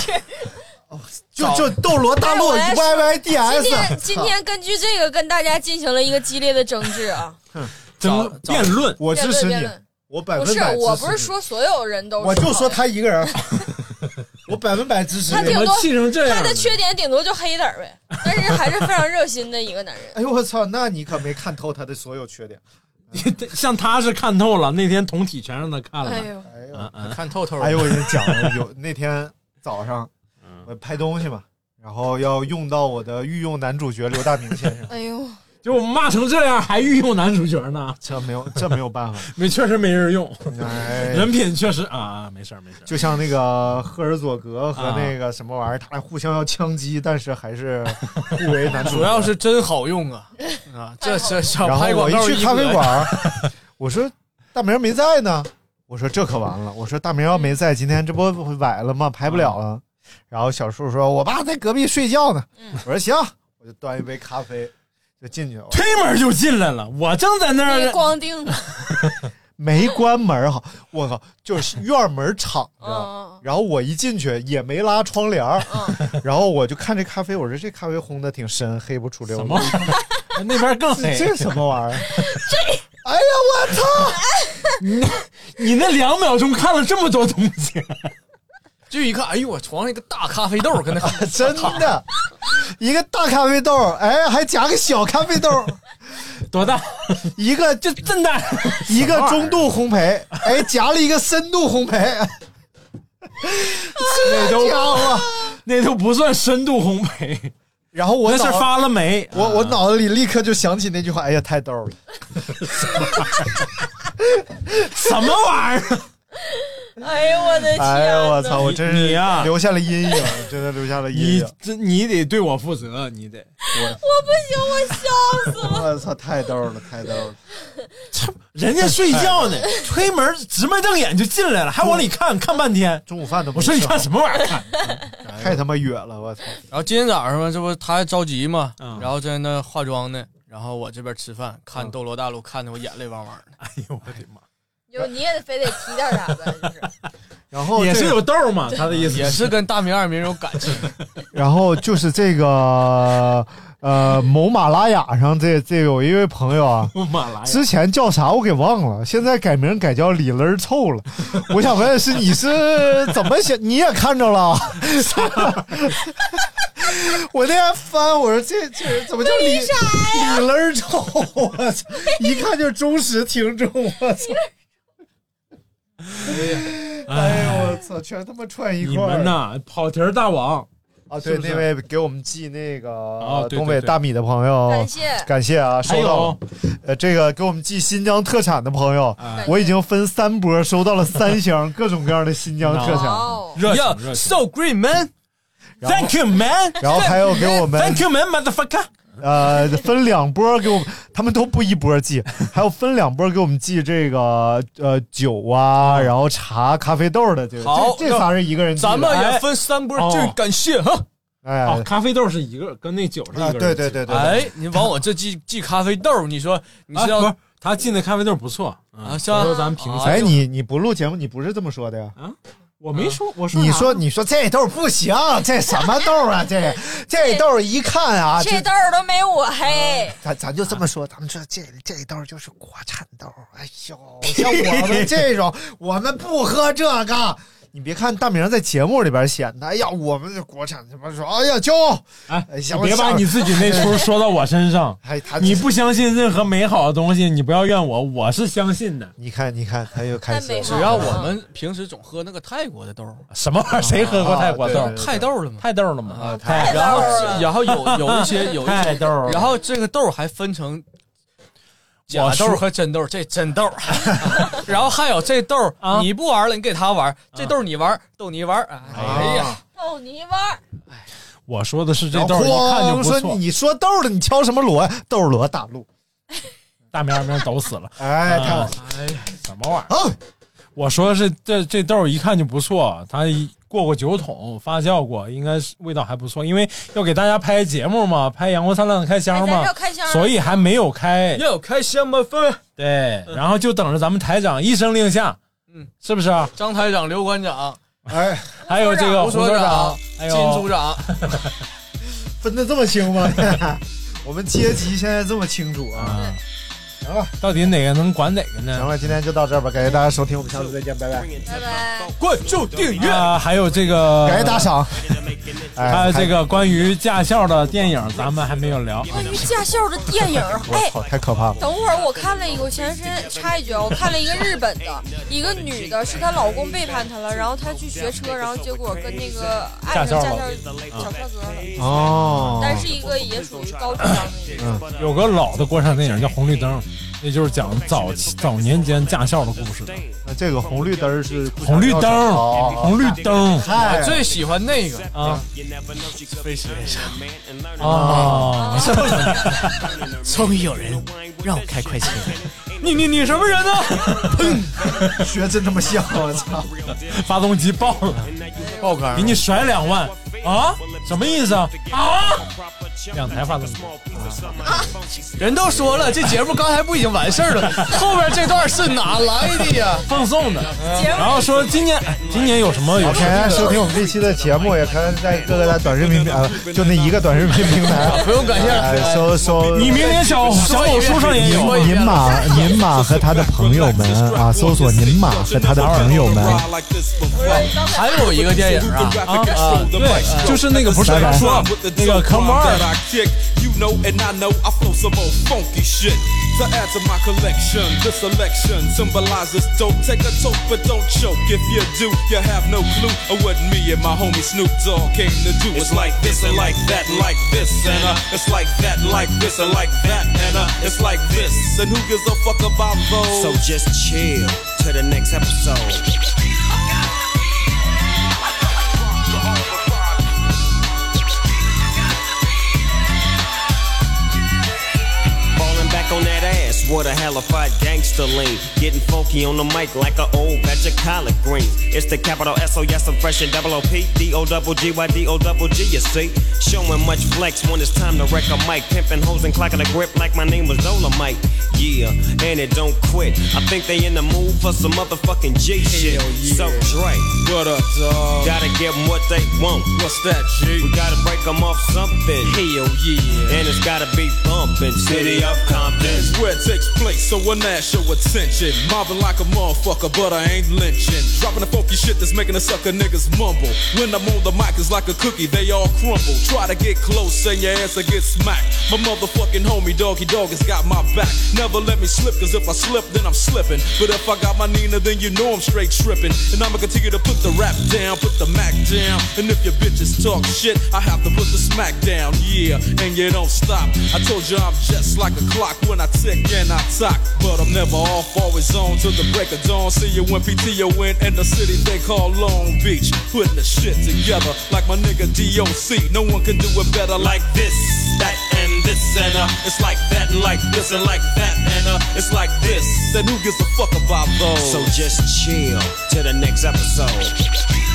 D: 就斗罗大陆 YYDS。
I: 今天根据这个跟大家进行了一个激烈的争执啊，
H: 辩论，
D: 我支持你，我100%支持你。
I: 我不是说所有人都是，
D: 我就说他一个人，我100%支持你。
I: 他顶多
H: 气成这样，
I: 他的缺点顶多就黑点呗，但是还是非常热心的一个男人。
D: 哎呦我操，那你可没看透他的所有缺点。
H: 像他是看透了，那天同体全让他看了。
I: 哎呦，
G: 看透透。
D: 哎呦，我跟你讲了，有那天早上。我拍东西嘛，然后要用到我的御用男主角刘大明先生。
I: 哎呦，
H: 就我们骂成这样，还御用男主角呢？
D: 这没有办法，
H: 确实没人用。
D: 哎，
H: 人品确实啊，没事。
D: 就像那个赫尔佐格和那个什么玩意儿，他俩互相要枪击，但是还是互为男主角。
G: 主要是真好用啊！这小拍广告。
D: 然后我一去咖啡馆，我说大明没在呢，我说这可完了，我说大明要没在，今天这不崴了吗？拍不了了。然后小树说：“我爸在隔壁睡觉呢。”我说：“行。”我就端一杯咖啡就进去了，
H: 推门就进来了。我正在那儿，
I: 没光腚呢，
D: 没关门哈。我靠，就是院门敞着，然后我一进去也没拉窗帘，然后我就看这咖啡，我说这咖啡烘的挺深，黑不出溜。
H: 什么？那边更黑，
D: 这什么玩意儿？
I: 这，
D: 哎呀，我操！
H: 你那2秒钟看了这么多东西。
G: 就一看，哎呦，我床上一个大咖啡豆，跟那
D: 真的，一个大咖啡豆，哎，还夹个小咖啡豆，
H: 多大？
D: 一个
H: 就这么大，
D: 一个中度烘焙，哎，夹了一个深度烘焙，
H: 那都不算深度烘焙。
D: 然后我
H: 那是发了霉，
D: 我脑子里立刻就想起那句话，哎呀，太逗了，
H: 什么玩意儿？
I: 哎呦我的天！
D: 哎呦我操！我真是
H: 你呀，
D: 留下了阴影，真的留下了阴影。
H: 你得对我负责，你得。
I: 我不行，我笑死了。
D: 我操！太逗了，太逗了。
H: 人家睡觉呢，推门直眉瞪眼就进来了，还往里看半天。
D: 中午饭都不
H: 我说你看什么玩意儿看？
D: 太他妈远了，我操！
G: 然后今天早上嘛，这不他还着急嘛，然后在那化妆呢，然后我这边吃饭，看《斗罗大陆》，看得我眼泪汪汪的。
H: 哎呦我的妈！
I: 就你也非得提点啥呗，就是。
D: 然后
H: 也是有豆嘛，他的意思
G: 也是跟大明二明有感情。
D: 然后就是这个某马拉雅上这有一位朋友啊，之前叫啥我给忘了，现在改名改叫李勒臭了。我想问是你是怎么想？你也看着了？我那天翻，我说这怎么叫李勒臭？我操！一看就忠实听众，我操！哎呦我操！全他妈串一块儿！
H: 你们呐，跑题大王
D: 啊！对，那位给我们寄那个东北大米的朋友，感谢啊！收到，这个给我们寄新疆特产的朋友，我已经分3波收到了3箱各种各样的新疆特产。
H: 热情
G: ，So green man，Thank
H: you man。
D: 然后还有给我们
H: Thank you man motherfucker。
D: 分2波给我们，他们都不一波寄，还有分2波给我们寄这个酒啊，然后茶、咖啡豆的这个。
G: 好，
D: 这仨是一个人寄的，
G: 咱们也分3波，这感谢哈。
D: 哎，
H: 咖啡豆是一个，跟那酒是一个人。
D: 对。
G: 哎，你往我这寄咖啡豆，你说你是要
H: 他寄的咖啡豆不错
G: 啊？是吧？
H: 说咱们评
D: 哎，你不录节目，你不是这么说的呀？
H: 啊。我没说，我
D: 说你说这豆不行，这什么豆啊？这豆一看啊，
I: 这豆都没我黑。
D: 咱就这么说，咱们说这豆就是国产豆。哎呦，像我们这种，我们不喝这个。你别看大明在节目里边显得，哎呀，我们这国产什么说，哎呀骄傲。
H: 哎，别把你自己那出说到我身上。你不相信任何美好的东西，你不要怨我，我是相信的。
D: 你看，他又开始。
G: 只要我们平时总喝那个泰国的豆，
H: 什么玩意儿？谁喝过泰国豆？
G: 泰豆了吗？
H: 泰豆了吗？啊，
G: 然后有一些
H: 泰豆，
G: 然后这个豆还分成。假豆和真豆，这真豆，然后还有这豆，你不玩了，你给他玩，这豆你玩，逗你玩，哎呀，
I: 逗你玩。
H: 哎，我说的是这豆，一看就不错。
D: 你说豆的，你敲什么锣呀？豆锣大陆，
H: 大面都死了。
D: 哎，
H: 什么玩意儿？我说的是这豆一看就不错，它过酒桶发酵过，应该是味道还不错。因为要给大家拍节目嘛，拍阳光灿烂的开箱嘛，所以还没有开。
G: 要开箱吗？
H: 对，然后就等着咱们台长一声令下，是不是？
G: 张台长、刘馆长，
D: 哎，
H: 还有这个胡所长、
G: 金组长，
D: 分得这么清吗？我们阶级现在这么清楚啊！行了，
H: 到底哪个能管哪个呢？
D: 行了，今天就到这儿吧，感谢大家收听，我们下次再见，拜拜，
I: 拜拜，
G: 关注订阅
H: 还有这个
D: 感谢打赏，
H: 还有这个关于驾校的电影，咱们还没有聊。
I: 关于驾校的电影，哎，
D: 太可怕了。
I: 等会儿我看了一个，我前段时间插一句啊，我看了一个日本的，一个女的是她老公背叛她了，然后她去学车，然后结果跟那个爱上驾校小帅哥了。
D: 哦，
I: 但是一个也属于高智商的一个。
H: 有个老的国产电影叫《红绿灯》。那就是讲早年间驾校的故事的。
D: 那这个红绿灯是
H: 红绿灯，红绿灯。
G: 我最喜欢那个啊，飞驰人生啊！终于有人让我开快车，你什么人呢？
D: 砰！学真他妈像，我操！
H: 发动机爆了，
G: 爆开，
H: 给你甩2万啊？什么意思啊？2台发动机
G: 啊！人都说了，这节目刚才不已经完事儿了？后边这段是哪来的呀？
H: 放送的。然后说今年有什么？有
D: 钱收听我们这期的节目，也可以在各个短视频就那一个短视频平台，
G: 不用感谢。
D: 搜
H: 你明年小某书上也有。
D: 您马和他的朋友们啊，搜索您马和他的朋友们。
G: 还有一个电影啊，
H: 对，就是那个不是他说那个科目2。
K: You know and I know I flow some old funky shit to add to my collection. This selection symbolizes don't take a toke but don't choke. If you do, you have no clue of what me and my homie Snoop Dogg came to do. It's like this and like that and like this and it's like that and like this and like that and it's like this and who gives a fuck about those?
L: So just chill to the next episode. On that ass with a hellified gangster lean. Getting funky on the mic like an old batch of collard greens. It's the capital S-O, yes, I'm fresh and double O-P. D-O-double-G-Y-D-O-double-G, you see. Showing much flex when it's time to wreck a mic. Pimping hoes and clocking a grip like my name was Dolomite. Yeah, and it don't quit. I think they in the mood for some motherfucking G shit. Yeah. So Dre,
K: what up, dog?
L: Gotta give them what they want.
K: What's that, G?
L: We gotta break them off something.
K: Hell yeah.
L: And it's gotta be bumpin'. City of Compton.
K: It's where it takes place, so when that show attention. Mobbing like a motherfucker, but I ain't lynching. Dropping the funky shit that's making the sucker niggas mumble. When I'm on the mic, it's like a cookie, they all crumble. Try to get close, and your ass will get smacked. My motherfucking homie, Doggy Dog, has got my back. Never let me slip, cause if I slip, then I'm slipping. But if I got my Nina, then you know I'm straight tripping. And I'ma continue to put the rap down, put the Mac down. And if your bitches talk shit, I have to put the smack down, yeah. And you don't stop. I told you I'm just like a clock when I tick and I talk. But I'm never off, always on till the break of dawn. See you when PTO in the city they call Long Beach. Putting the shit together like my nigga DOC. No one can do it better like this, that, and this, and it's like that, and like this, and like that, and it's like this. Then who gives a fuck about those?
L: So just chill till the next episode.